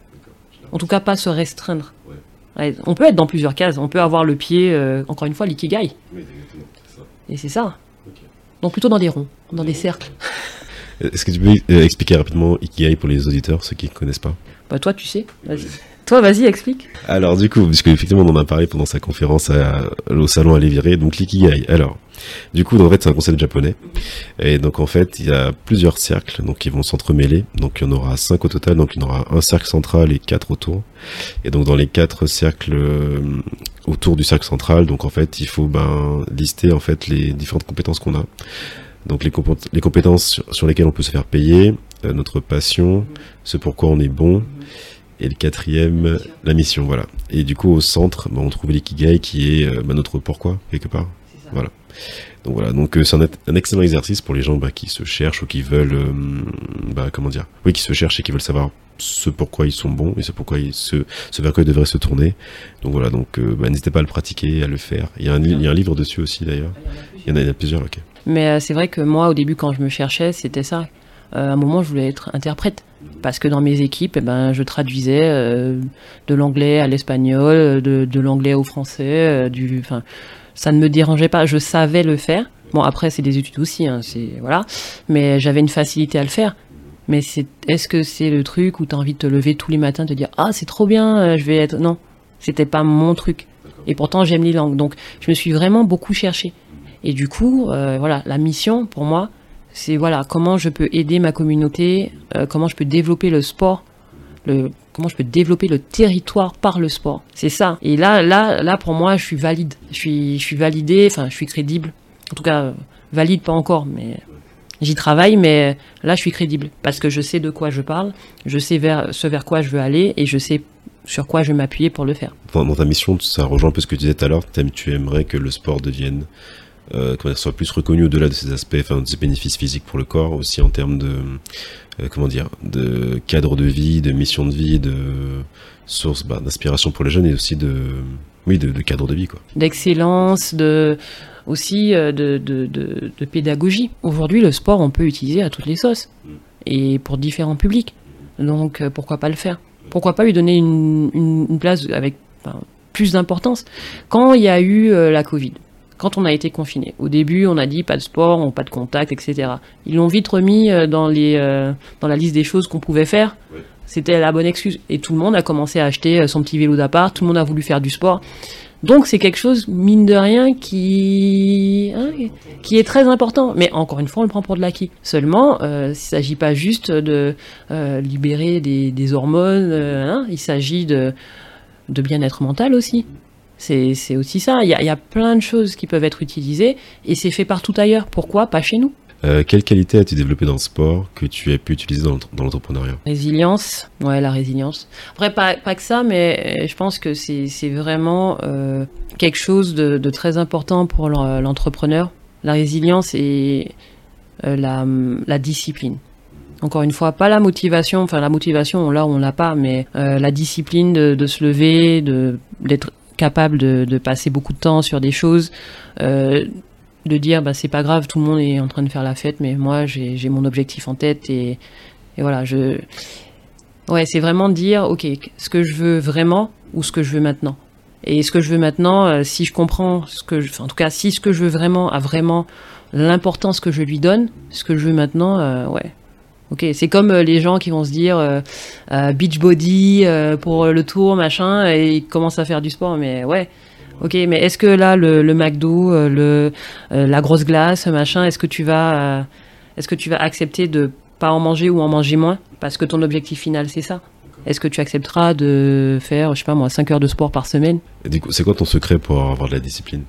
En tout cas, pas se restreindre. Ouais. Ouais, on peut être dans plusieurs cases. On peut avoir le pied, euh, encore une fois, l'ikigai. Oui, exactement. C'est ça. Et c'est ça. Okay. Donc plutôt dans des ronds, dans des cercles. Est-ce que tu peux euh, expliquer rapidement Ikigai pour les auditeurs, ceux qui ne connaissent pas ? Bah toi, tu sais. Vas-y. Toi, vas-y, explique. Alors du coup, puisque effectivement on en a parlé pendant sa conférence à, au salon à Léviré, donc l'Ikigai. Alors, du coup, en fait, c'est un concept japonais. Et donc en fait, il y a plusieurs cercles, donc qui vont s'entremêler. Donc il y en aura cinq au total. Donc il y en aura un cercle central et quatre autour. Et donc dans les quatre cercles euh, autour du cercle central, donc en fait, il faut ben lister en fait les différentes compétences qu'on a. Donc les, compé- les compétences sur, sur lesquelles on peut se faire payer, euh, notre passion, ce pourquoi on est bon, et le quatrième, la mission, voilà. Et du coup au centre, bah, on trouve l'ikigai qui est euh, bah, notre pourquoi, quelque part. Voilà. Donc voilà, donc euh, c'est un, un excellent exercice pour les gens bah, qui se cherchent ou qui veulent, euh, bah, comment dire, oui, qui se cherchent et qui veulent savoir ce pourquoi ils sont bons et ce pourquoi ils se, ce vers quoi ils devraient se tourner. Donc voilà, donc euh, bah, n'hésitez pas à le pratiquer, à le faire. Il y a un, il y a un livre dessus aussi d'ailleurs. Il y en a, il y en a plusieurs, ok. Mais euh, c'est vrai que moi, au début, quand je me cherchais, c'était ça. Euh, à un moment, je voulais être interprète. Parce que dans mes équipes, eh ben, je traduisais euh, de l'anglais à l'espagnol, de, de l'anglais au français. Euh, du, enfin, ça ne me dérangeait pas. Je savais le faire. Bon, après, c'est des études aussi. Hein, c'est, voilà. Mais j'avais une facilité à le faire. Mais c'est, est-ce que c'est le truc où tu as envie de te lever tous les matins, de te dire « Ah, c'est trop bien, euh, je vais être... » Non, c'était pas mon truc. Et pourtant, j'aime les langues. Donc, je me suis vraiment beaucoup cherchée. Et du coup, euh, voilà, la mission pour moi, c'est voilà comment je peux aider ma communauté, euh, comment je peux développer le sport, le, comment je peux développer le territoire par le sport. C'est ça. Et là, là, là, pour moi, je suis valide. Je suis, je suis validée. Enfin, je suis crédible. En tout cas, euh, valide pas encore, mais j'y travaille. Mais là, je suis crédible parce que je sais de quoi je parle, je sais vers ce vers quoi je veux aller et je sais sur quoi je vais m'appuyer pour le faire. Dans, dans ta mission, ça rejoint un peu ce que tu disais tout à l'heure. Tu aimerais que le sport devienne Euh, comment dire, soit plus reconnu au-delà de ses aspects, enfin de ses bénéfices physiques pour le corps, aussi en termes de euh, comment dire, de cadre de vie, de mission de vie, de source bah, d'inspiration pour les jeunes et aussi de oui de, de cadre de vie quoi. D'excellence, de aussi euh, de, de, de, de pédagogie. Aujourd'hui, le sport, on peut l'utiliser à toutes les sauces et pour différents publics. Donc euh, pourquoi pas le faire ? Pourquoi pas lui donner une, une, une place avec enfin, plus d'importance ? Quand il y a eu euh, la Covid. Quand on a été confiné, au début, on a dit pas de sport, pas de contact, et cetera. Ils l'ont vite remis dans les euh, dans la liste des choses qu'on pouvait faire. Ouais. C'était la bonne excuse. Et tout le monde a commencé à acheter son petit vélo d'appart. Tout le monde a voulu faire du sport. Donc c'est quelque chose mine de rien qui hein, qui est très important. Mais encore une fois, on le prend pour de l'acquis. Seulement, euh, il s'agit pas juste de euh, libérer des, des hormones. Euh, hein, il s'agit de de bien-être mental aussi. C'est, c'est aussi ça. Il y a, il y a plein de choses qui peuvent être utilisées et c'est fait partout ailleurs. Pourquoi pas chez nous ? Euh, quelle qualité as-tu développé dans le sport que tu as pu utiliser dans, dans l'entrepreneuriat? Résilience, ouais, la résilience. Après, pas, pas que ça, mais je pense que c'est, c'est vraiment euh, quelque chose de, de très important pour l'entrepreneur. La résilience et euh, la, la discipline. Encore une fois, pas la motivation, enfin la motivation, là on l'a pas, mais euh, la discipline de, de se lever, de, d'être capable de, de passer beaucoup de temps sur des choses, euh, de dire bah c'est pas grave, tout le monde est en train de faire la fête, mais moi j'ai, j'ai mon objectif en tête et, et voilà, je ouais, c'est vraiment dire ok, ce que je veux vraiment ou ce que je veux maintenant. Et ce que je veux maintenant, euh, si je comprends ce que je, enfin, en tout cas si ce que je veux vraiment a vraiment l'importance que je lui donne, ce que je veux maintenant, euh, ouais. Ok, c'est comme euh, les gens qui vont se dire euh, euh, beach body euh, pour le tour machin et ils commencent à faire du sport, mais ouais. Ok, mais est-ce que là, le, le McDo, euh, le, euh, la grosse glace, machin, est-ce que tu vas, euh, est-ce que tu vas accepter de pas en manger ou en manger moins parce que ton objectif final c'est ça? Est-ce que tu accepteras de faire, je sais pas moi, cinq heures de sport par semaine? Et du coup, c'est quoi ton secret pour avoir de la discipline?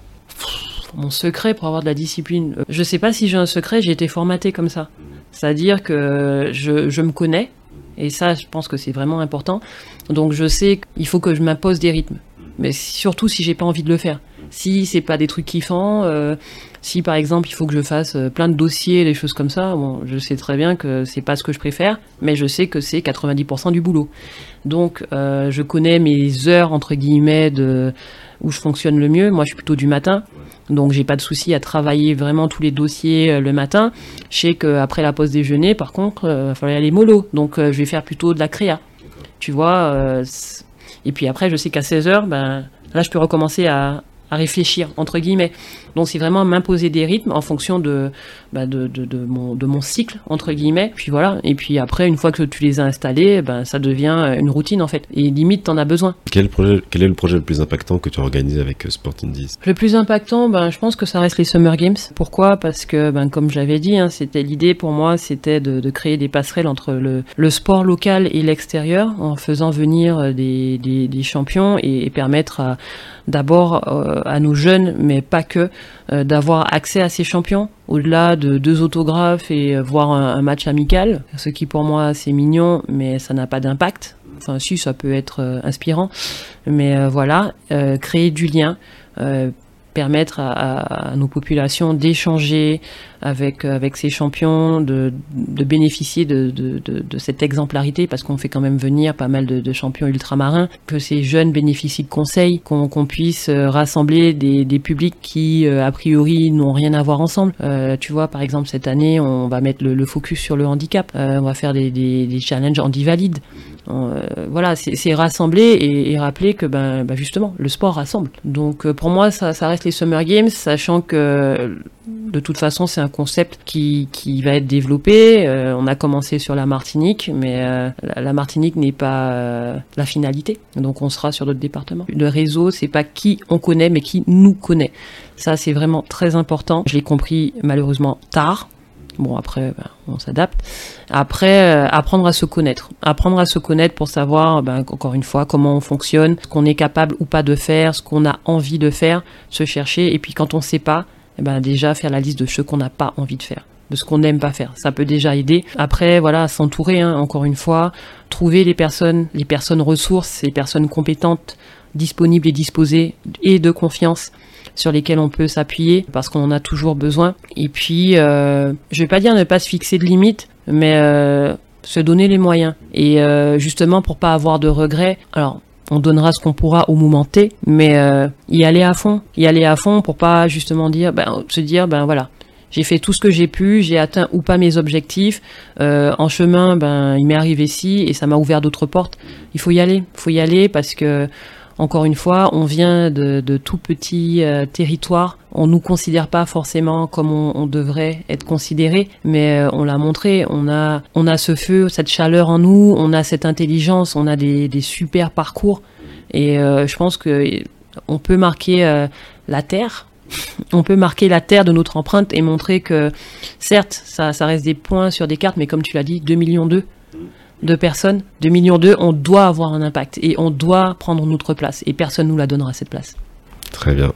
Mon secret pour avoir de la discipline, euh, je sais pas si j'ai un secret, j'ai été formaté comme ça. C'est-à-dire que je, je me connais et ça, je pense que c'est vraiment important. Donc je sais qu'il faut que je m'impose des rythmes. Mais surtout si j'ai pas envie de le faire. Si c'est pas des trucs kiffants, euh, si par exemple il faut que je fasse plein de dossiers, des choses comme ça, bon, je sais très bien que c'est pas ce que je préfère, mais je sais que c'est quatre-vingt-dix pour cent du boulot. Donc euh, je connais mes heures entre guillemets de où je fonctionne le mieux. Moi je suis plutôt du matin, donc j'ai pas de souci à travailler vraiment tous les dossiers le matin. Je sais qu'après la pause déjeuner, par contre, il euh, va falloir aller mollo, donc euh, je vais faire plutôt de la créa. Tu vois. Euh, Et puis après, je sais qu'à seize heures, ben, là, je peux recommencer à, à réfléchir, entre guillemets. Donc, c'est vraiment m'imposer des rythmes en fonction de, ben, de, de, de, mon, de mon cycle, entre guillemets. Puis voilà. Et puis après, une fois que tu les as installés, ben, ça devient une routine, en fait. Et limite, t'en as besoin. Quel, projet, quel est le projet le plus impactant que tu as organisé avec Sport Indies? Le plus impactant, ben, je pense que ça reste les Summer Games. Pourquoi? Parce que, ben, comme j'avais dit, hein, c'était l'idée pour moi, c'était de, de créer des passerelles entre le, le sport local et l'extérieur, en faisant venir des, des, des champions et, et permettre à, d'abord euh, à nos jeunes, mais pas que, euh, d'avoir accès à ces champions, au-delà de deux autographes et euh, voir un, un match amical, ce qui pour moi c'est mignon, mais ça n'a pas d'impact. Enfin si, ça peut être euh, inspirant, mais euh, voilà, euh, créer du lien, euh, permettre à, à, à nos populations d'échanger avec, avec ces champions, de, de bénéficier de, de, de, de cette exemplarité, parce qu'on fait quand même venir pas mal de, de champions ultramarins, que ces jeunes bénéficient de conseils, qu'on, qu'on puisse rassembler des, des publics qui, euh, a priori, n'ont rien à voir ensemble. Euh, tu vois, par exemple, cette année, on va mettre le, le focus sur le handicap, euh, on va faire des, des, des challenges handi-valides. Euh, voilà, c'est, c'est rassembler et, et rappeler que ben, ben justement le sport rassemble. Donc euh, pour moi ça, ça reste les Summer Games, sachant que de toute façon c'est un concept qui, qui va être développé. Euh, on a commencé sur la Martinique, mais euh, la, la Martinique n'est pas euh, la finalité. Donc on sera sur d'autres départements. Le réseau, c'est pas qui on connaît, mais qui nous connaît. Ça c'est vraiment très important. Je l'ai compris malheureusement tard. Bon, après, ben, on s'adapte. Après, euh, apprendre à se connaître. Apprendre à se connaître pour savoir, ben, encore une fois, comment on fonctionne, ce qu'on est capable ou pas de faire, ce qu'on a envie de faire, se chercher. Et puis, quand on ne sait pas, eh ben, déjà faire la liste de ce qu'on n'a pas envie de faire, de ce qu'on n'aime pas faire. Ça peut déjà aider. Après, voilà, s'entourer, hein, encore une fois, trouver les personnes, les personnes ressources, les personnes compétentes, disponibles et disposées et de confiance, sur lesquels on peut s'appuyer parce qu'on en a toujours besoin. Et puis, euh, je vais pas dire ne pas se fixer de limites, mais euh, se donner les moyens. Et euh, justement, pour pas avoir de regrets, alors on donnera ce qu'on pourra au moment T, mais euh, y aller à fond, y aller à fond pour pas justement dire, ben, se dire, ben voilà, j'ai fait tout ce que j'ai pu, j'ai atteint ou pas mes objectifs. Euh, en chemin, ben il m'est arrivé ci et ça m'a ouvert d'autres portes. Il faut y aller, faut y aller parce que encore une fois, on vient de, de tout petits euh, territoires. On nous considère pas forcément comme on, on devrait être considéré, mais euh, on l'a montré. On a, on a ce feu, cette chaleur en nous. On a cette intelligence. On a des, des super parcours. Et euh, je pense que on peut marquer euh, la terre. On peut marquer la terre de notre empreinte et montrer que, certes, ça, ça reste des points sur des cartes, mais comme tu l'as dit, deux millions d'eux. de personnes, deux millions d'eux, on doit avoir un impact et on doit prendre notre place et personne nous la donnera cette place. Très bien.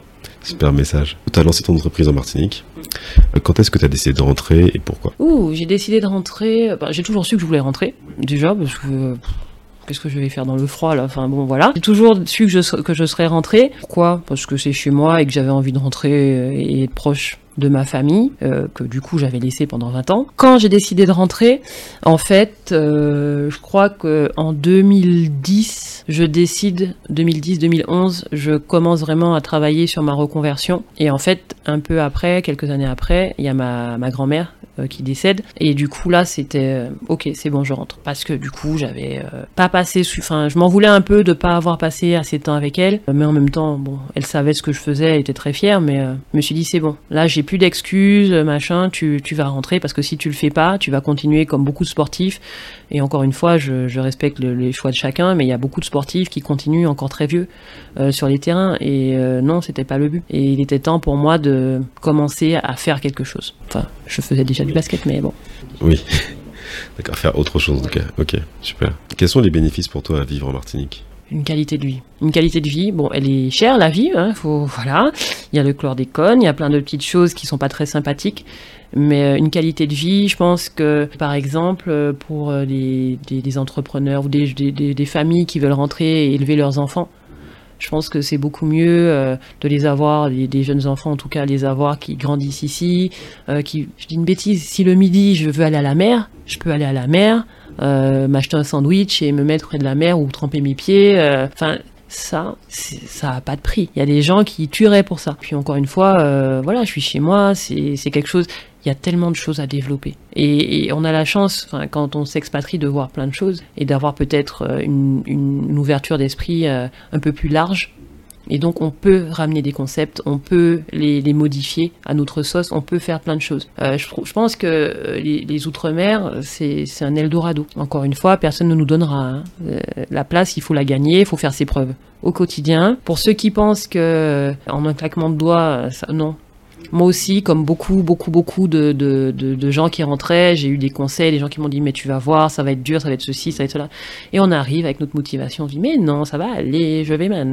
Super message. Tu as lancé ton entreprise en Martinique. Quand est-ce que tu as décidé de rentrer et pourquoi? Ouh, j'ai décidé de rentrer. Bah, j'ai toujours su que je voulais rentrer, déjà, parce que. Qu'est-ce que je vais faire dans le froid là? Enfin bon voilà. J'ai toujours su que je, que je serais rentrée. Pourquoi? Parce que c'est chez moi et que j'avais envie de rentrer et être proche de ma famille, euh, que du coup j'avais laissé pendant vingt ans. Quand j'ai décidé de rentrer, en fait, euh, je crois qu'en deux mille dix, je décide, deux mille dix deux mille onze, je commence vraiment à travailler sur ma reconversion. Et en fait, un peu après, quelques années après, il y a ma, ma grand-mère euh, qui décède. Et du coup là, c'était, euh, ok, c'est bon, je rentre. Parce que du coup, j'avais euh, pas passé, enfin, je m'en voulais un peu de pas avoir passé assez de temps avec elle. Mais en même temps, bon, elle savait ce que je faisais, elle était très fière, mais euh, je me suis dit, c'est bon, là j'ai plus d'excuses, machin, tu, tu vas rentrer parce que si tu le fais pas, tu vas continuer comme beaucoup de sportifs. Et encore une fois, je, je respecte le, les choix de chacun, mais il y a beaucoup de sportifs qui continuent encore très vieux euh, sur les terrains. Et euh, non, c'était pas le but. Et il était temps pour moi de commencer à faire quelque chose. Enfin, je faisais déjà du basket, mais bon. Oui. D'accord, faire autre chose en tout cas. Ok, super. Quels sont les bénéfices pour toi à vivre en Martinique? Une qualité de vie. Une qualité de vie, bon, elle est chère, la vie, hein, faut, voilà. Il y a le chlordécone, il y a plein de petites choses qui sont pas très sympathiques. Mais une qualité de vie, je pense que, par exemple, pour les, des, des entrepreneurs ou des, des, des familles qui veulent rentrer et élever leurs enfants, je pense que c'est beaucoup mieux euh, de les avoir, des, des jeunes enfants en tout cas, les avoir qui grandissent ici, euh, qui, je dis une bêtise, si le midi je veux aller à la mer, je peux aller à la mer, euh, m'acheter un sandwich et me mettre près de la mer ou tremper mes pieds, enfin... Euh, ça, ça a pas de prix. Il y a des gens qui tueraient pour ça. Puis encore une fois, euh, voilà, je suis chez moi, c'est, c'est quelque chose... Il y a tellement de choses à développer. Et, et on a la chance, quand on s'expatrie, de voir plein de choses et d'avoir peut-être une, une, une ouverture d'esprit euh, un peu plus large. Et donc on peut ramener des concepts, on peut les, les modifier à notre sauce, on peut faire plein de choses. Euh, je, je pense que les, les Outre-mer, c'est, c'est un Eldorado. Encore une fois, personne ne nous donnera hein. euh, la place, il faut la gagner, il faut faire ses preuves au quotidien. Pour ceux qui pensent que en un claquement de doigts, ça, non. Moi aussi, comme beaucoup, beaucoup, beaucoup de, de, de, de gens qui rentraient, j'ai eu des conseils, des gens qui m'ont dit « mais tu vas voir, ça va être dur, ça va être ceci, ça va être cela ». Et on arrive avec notre motivation, on dit « mais non, ça va aller, je vais maintenant ».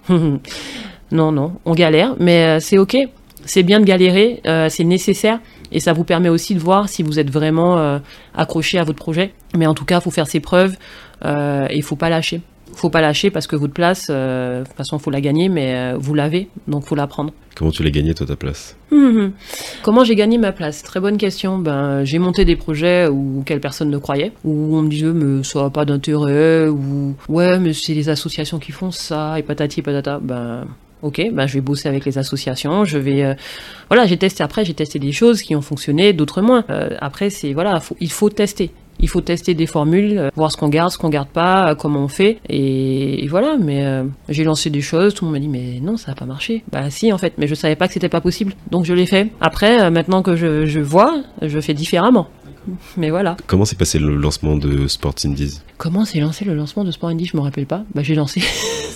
Non, non, on galère, mais euh, c'est ok, c'est bien de galérer, euh, c'est nécessaire, et ça vous permet aussi de voir si vous êtes vraiment euh, accroché à votre projet. Mais en tout cas, il faut faire ses preuves, euh, et il ne faut pas lâcher. Il ne faut pas lâcher parce que votre place, euh, de toute façon, il faut la gagner, mais euh, vous l'avez, donc il faut la prendre. Comment tu l'as gagnée, toi, ta place? Mmh. Comment j'ai gagné ma place? Très bonne question. Ben, j'ai monté des projets où auxquels personne ne croyait, où on me disait mais ça n'a pas d'intérêt, ou ouais mais c'est les associations qui font ça, et patati et patata. Ben ok, ben je vais bosser avec les associations, je vais euh... voilà, j'ai testé après, j'ai testé des choses qui ont fonctionné, d'autres moins. Euh, après c'est voilà, faut, il faut tester. Il faut tester des formules, euh, voir ce qu'on garde, ce qu'on garde pas, euh, comment on fait, et, et voilà. Mais euh, j'ai lancé des choses, tout le monde m'a dit mais non, ça n'a pas marché. Bah si en fait, mais je savais pas que c'était pas possible, donc je l'ai fait. Après, euh, maintenant que je, je vois, je fais différemment. Mais voilà. Comment s'est passé le lancement de Sport Indies? Comment s'est lancé le lancement de Sport Indies? Je me rappelle pas. Bah j'ai lancé.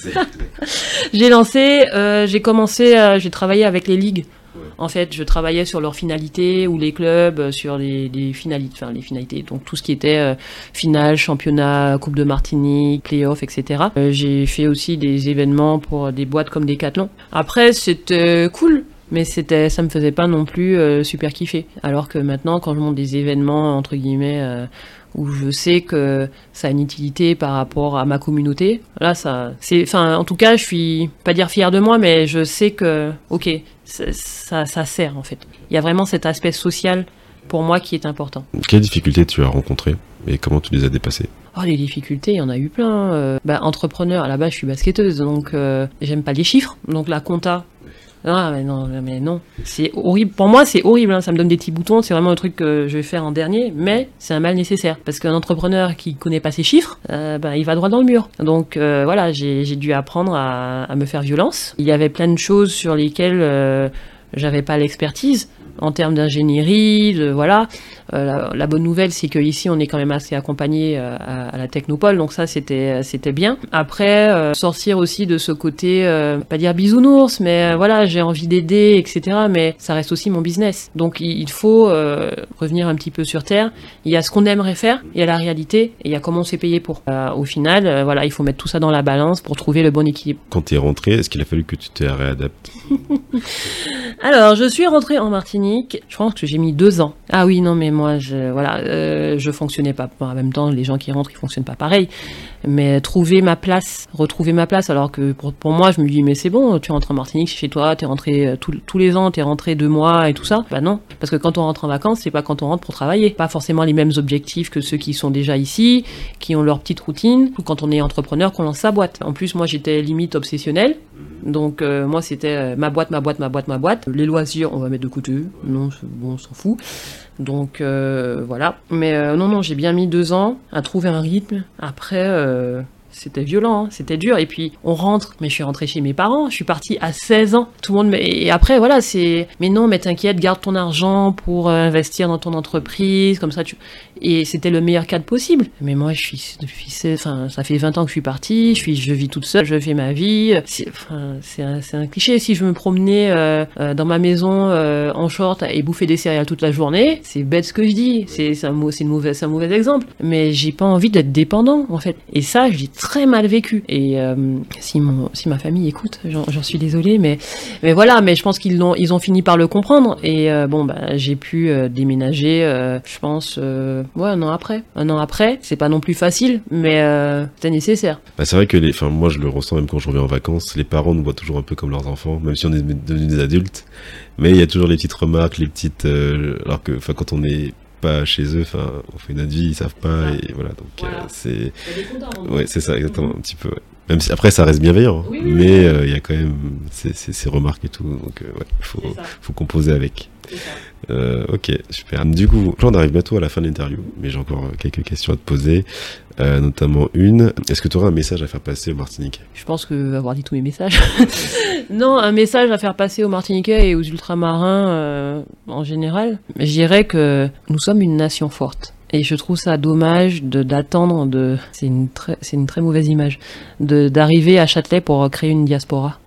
j'ai lancé, euh, j'ai commencé, euh, j'ai travaillé avec les ligues. En fait, je travaillais sur leurs finalités ou les clubs sur les, les finalités, enfin les finalités, donc tout ce qui était euh, finale, championnat, Coupe de Martinique, play-off, et cetera. Euh, j'ai fait aussi des événements pour des boîtes comme Decathlon. Après, c'était cool, mais c'était, ça me faisait pas non plus euh, super kiffer. Alors que maintenant, quand je monte des événements entre guillemets euh, où je sais que ça a une utilité par rapport à ma communauté, là, ça, c'est, enfin, en tout cas, je suis pas dire fière de moi, mais je sais que, ok. Ça, ça, ça sert en fait. Il y a vraiment cet aspect social pour moi qui est important. Quelles difficultés tu as rencontrées et comment tu les as dépassées? Oh, les difficultés, il y en a eu plein. Euh, bah, entrepreneur, à la base je suis basketteuse, donc euh, j'aime pas les chiffres. Donc la compta, ah mais non, mais non, c'est horrible. Pour moi c'est horrible, hein. Ça me donne des petits boutons, c'est vraiment un truc que je vais faire en dernier, mais c'est un mal nécessaire. Parce qu'un entrepreneur qui connaît pas ses chiffres, euh, bah, il va droit dans le mur. Donc euh, voilà, j'ai, j'ai dû apprendre à, à me faire violence. Il y avait plein de choses sur lesquelles euh, j'avais pas l'expertise. en termes d'ingénierie, de, voilà. Euh, la, la bonne nouvelle, c'est qu'ici, on est quand même assez accompagné euh, à, à la Technopole, donc ça, c'était, c'était bien. Après, euh, sortir aussi de ce côté, euh, pas dire bisounours, mais euh, voilà, j'ai envie d'aider, et cetera. Mais ça reste aussi mon business. Donc, il, il faut euh, revenir un petit peu sur terre. Il y a ce qu'on aimerait faire, il y a la réalité, et il y a comment on s'est payé pour. Euh, au final, euh, voilà, il faut mettre tout ça dans la balance pour trouver le bon équilibre. Quand tu es rentré, est-ce qu'il a fallu que tu te réadaptes? Alors, je suis rentrée en Martinique, je pense que j'ai mis deux ans. Ah oui, non, mais moi, je, voilà, euh, je fonctionnais pas. En même temps, les gens qui rentrent, ils fonctionnent pas pareil. Mais trouver ma place, retrouver ma place, alors que pour, pour moi, je me dis, mais c'est bon, tu rentres en Martinique, c'est chez toi, t'es rentré tout, tous les ans, t'es rentré deux mois et tout ça. Bah non, parce que quand on rentre en vacances, c'est pas quand on rentre pour travailler. Pas forcément les mêmes objectifs que ceux qui sont déjà ici, qui ont leur petite routine, ou quand on est entrepreneur, qu'on lance sa boîte. En plus, moi, j'étais limite obsessionnelle. Donc euh, moi c'était euh, ma boîte, ma boîte, ma boîte, ma boîte. Les loisirs, on va mettre de côté. Non, bon, on s'en fout. Donc euh, voilà. Mais euh, non, non, j'ai bien mis deux ans à trouver un rythme. Après, euh, c'était violent, hein, c'était dur. Et puis on rentre, mais je suis rentrée chez mes parents. Je suis partie à seize ans. Tout le monde. Me... Et après, voilà, c'est. Mais non, mais t'inquiète, garde ton argent pour euh, investir dans ton entreprise, comme ça tu. Et c'était le meilleur cadre possible. Mais moi, je suis depuis, enfin, ça fait vingt ans que je suis partie. Je suis, je vis toute seule, je fais ma vie. C'est, enfin, c'est un, c'est un cliché. Si je me promenais euh, euh, dans ma maison euh, en short et bouffer des céréales toute la journée, c'est bête ce que je dis. C'est, c'est un, c'est une mauvaise, c'est un mauvais exemple. Mais j'ai pas envie d'être dépendant, en fait. Et ça, je l'ai très mal vécu. Et euh, si mon, si ma famille écoute, j'en, j'en suis désolée, mais, mais voilà. Mais je pense qu'ils l'ont, ils ont fini par le comprendre. Et euh, bon, bah, j'ai pu euh, déménager. Euh, je pense. Euh, Ouais, un an après. Un an après, c'est pas non plus facile, mais euh, c'était nécessaire. Bah, c'est vrai que les, enfin, moi je le ressens même quand je reviens en vacances, les parents nous voient toujours un peu comme leurs enfants, même si on est devenus des adultes. Mais il y a toujours les petites remarques, les petites, euh, alors que, enfin, quand on n'est pas chez eux, enfin, on fait notre vie, ils savent pas, et voilà. Donc voilà. Euh, c'est, ouais, c'est ça, exactement, un petit peu. Ouais. Même si après ça reste bienveillant, oui, oui, mais il oui. euh, y a quand même ces, ces, ces remarques et tout, donc euh, ouais, faut, faut composer avec. Euh, ok, super. Du coup, là on arrive bientôt à la fin de l'interview, mais j'ai encore quelques questions à te poser, euh, notamment une. Est-ce que tu aurais un message à faire passer aux Martiniquais? Je pense que avoir dit tous mes messages. Non, un message à faire passer aux Martiniquais et aux ultramarins euh, en général. Je dirais que nous sommes une nation forte. Et je trouve ça dommage de, d'attendre de... C'est une très, c'est une très mauvaise image. De, d'arriver à Châtelet pour créer une diaspora.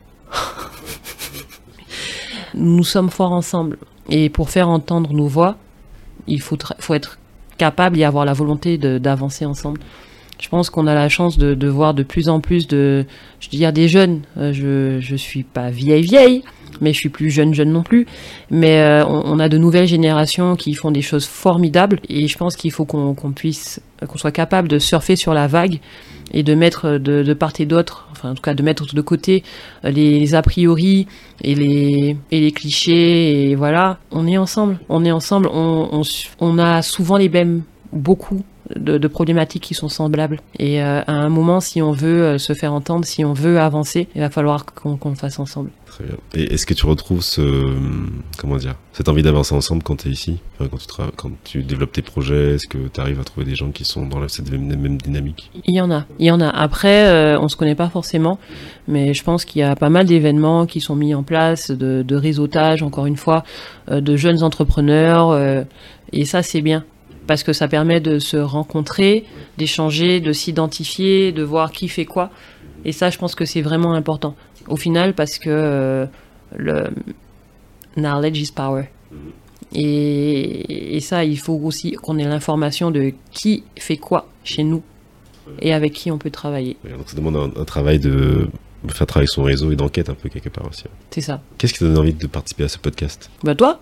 Nous sommes forts ensemble. Et pour faire entendre nos voix, il faut, tra- faut être capable et avoir la volonté de, d'avancer ensemble. Je pense qu'on a la chance de, de voir de plus en plus de... Je veux dire des jeunes. Euh, je, je suis pas vieille vieille, mais je suis plus jeune jeune non plus. Mais euh, on, on a de nouvelles générations qui font des choses formidables. Et je pense qu'il faut qu'on, qu'on puisse... qu'on soit capable de surfer sur la vague et de mettre de, de part et d'autre, enfin en tout cas de mettre de côté les, les a priori et les, et les clichés, et voilà. On est ensemble, on est ensemble, on, on, on a souvent les mêmes, beaucoup de, de problématiques qui sont semblables. Et euh, à un moment, si on veut euh, se faire entendre, si on veut avancer, il va falloir qu'on, qu'on le fasse ensemble. Très bien. Et est-ce que tu retrouves ce, comment dire, cette envie d'avancer ensemble quand tu es ici, enfin, quand, tu tra- quand tu développes tes projets? Est-ce que tu arrives à trouver des gens qui sont dans la, cette même, même dynamique? Il y en a, il y en a. Après, euh, on se connaît pas forcément, mais je pense qu'il y a pas mal d'événements qui sont mis en place, de, de réseautage, encore une fois, euh, de jeunes entrepreneurs, euh, et ça c'est bien. Parce que ça permet de se rencontrer, d'échanger, de s'identifier, de voir qui fait quoi. Et ça, je pense que c'est vraiment important. Au final, parce que euh, le knowledge is power. Et, et ça, il faut aussi qu'on ait l'information de qui fait quoi chez nous et avec qui on peut travailler. Donc ça demande un, un travail de faire travailler son réseau et d'enquête un peu quelque part aussi. C'est ça. Qu'est-ce qui te donne envie de participer à ce podcast? Bah toi.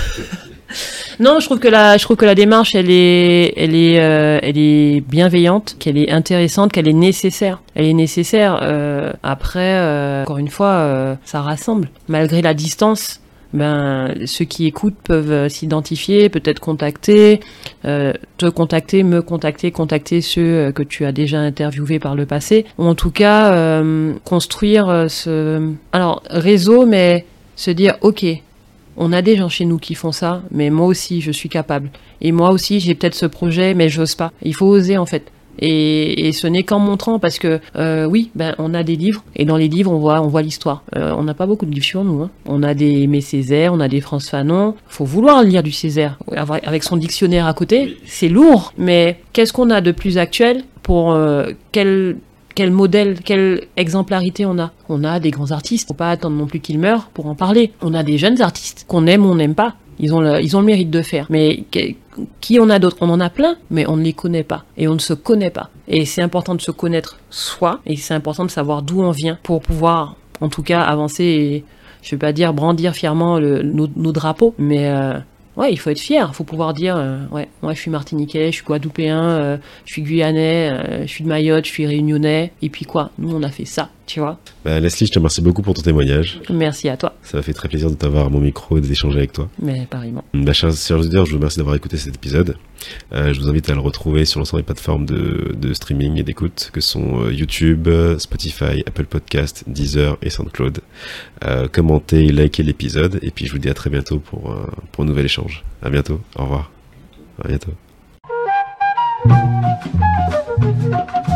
Non, je trouve que la, je trouve que la démarche, elle est, elle est, euh, elle est bienveillante, qu'elle est intéressante, qu'elle est nécessaire. Elle est nécessaire. Euh, après, euh, encore une fois, euh, ça rassemble. Malgré la distance, ben ceux qui écoutent peuvent s'identifier, peut-être contacter, euh, te contacter, me contacter, contacter ceux que tu as déjà interviewés par le passé. Ou en tout cas, euh, construire ce, alors réseau, mais se dire, ok. On a des gens chez nous qui font ça, mais moi aussi, je suis capable. Et moi aussi, j'ai peut-être ce projet, mais j'ose pas. Il faut oser, en fait. Et, et ce n'est qu'en montrant, parce que euh, oui, ben on a des livres, et dans les livres on voit, on voit l'histoire. Euh, on n'a pas beaucoup de livres sur nous. Hein. On a des Aimé Césaire, on a des Frantz Fanon. Faut vouloir lire du Césaire avec son dictionnaire à côté. C'est lourd, mais qu'est-ce qu'on a de plus actuel pour euh, quel Quel modèle, quelle exemplarité on a. On a des grands artistes, faut pas attendre non plus qu'ils meurent pour en parler. On a des jeunes artistes qu'on aime ou on n'aime pas. Ils ont, le, ils ont le mérite de faire. Mais qui on a d'autres? On en a plein, mais on ne les connaît pas. Et on ne se connaît pas. Et c'est important de se connaître soi, et c'est important de savoir d'où on vient pour pouvoir, en tout cas, avancer et, je vais pas dire brandir fièrement le, nos, nos drapeaux, mais... Euh, ouais, il faut être fier, il faut pouvoir dire euh, ouais, moi je suis martiniquais, je suis guadeloupéen, euh, je suis guyanais, euh, je suis de Mayotte, je suis réunionnais, et puis quoi, nous on a fait ça, tu vois. Bah, Leslie, je te remercie beaucoup pour ton témoignage. Merci à toi. Ça m'a fait très plaisir de t'avoir à mon micro et d'échanger avec toi. Mais pareillement. Bah, chers auditeurs, je vous remercie d'avoir écouté cet épisode. Euh, je vous invite à le retrouver sur l'ensemble des plateformes de, de streaming et d'écoute, que sont euh, YouTube, Spotify, Apple Podcast, Deezer et SoundCloud. Euh, commentez et likez l'épisode, et puis je vous dis à très bientôt pour, euh, pour un nouvel échange. À bientôt, au revoir. À bientôt.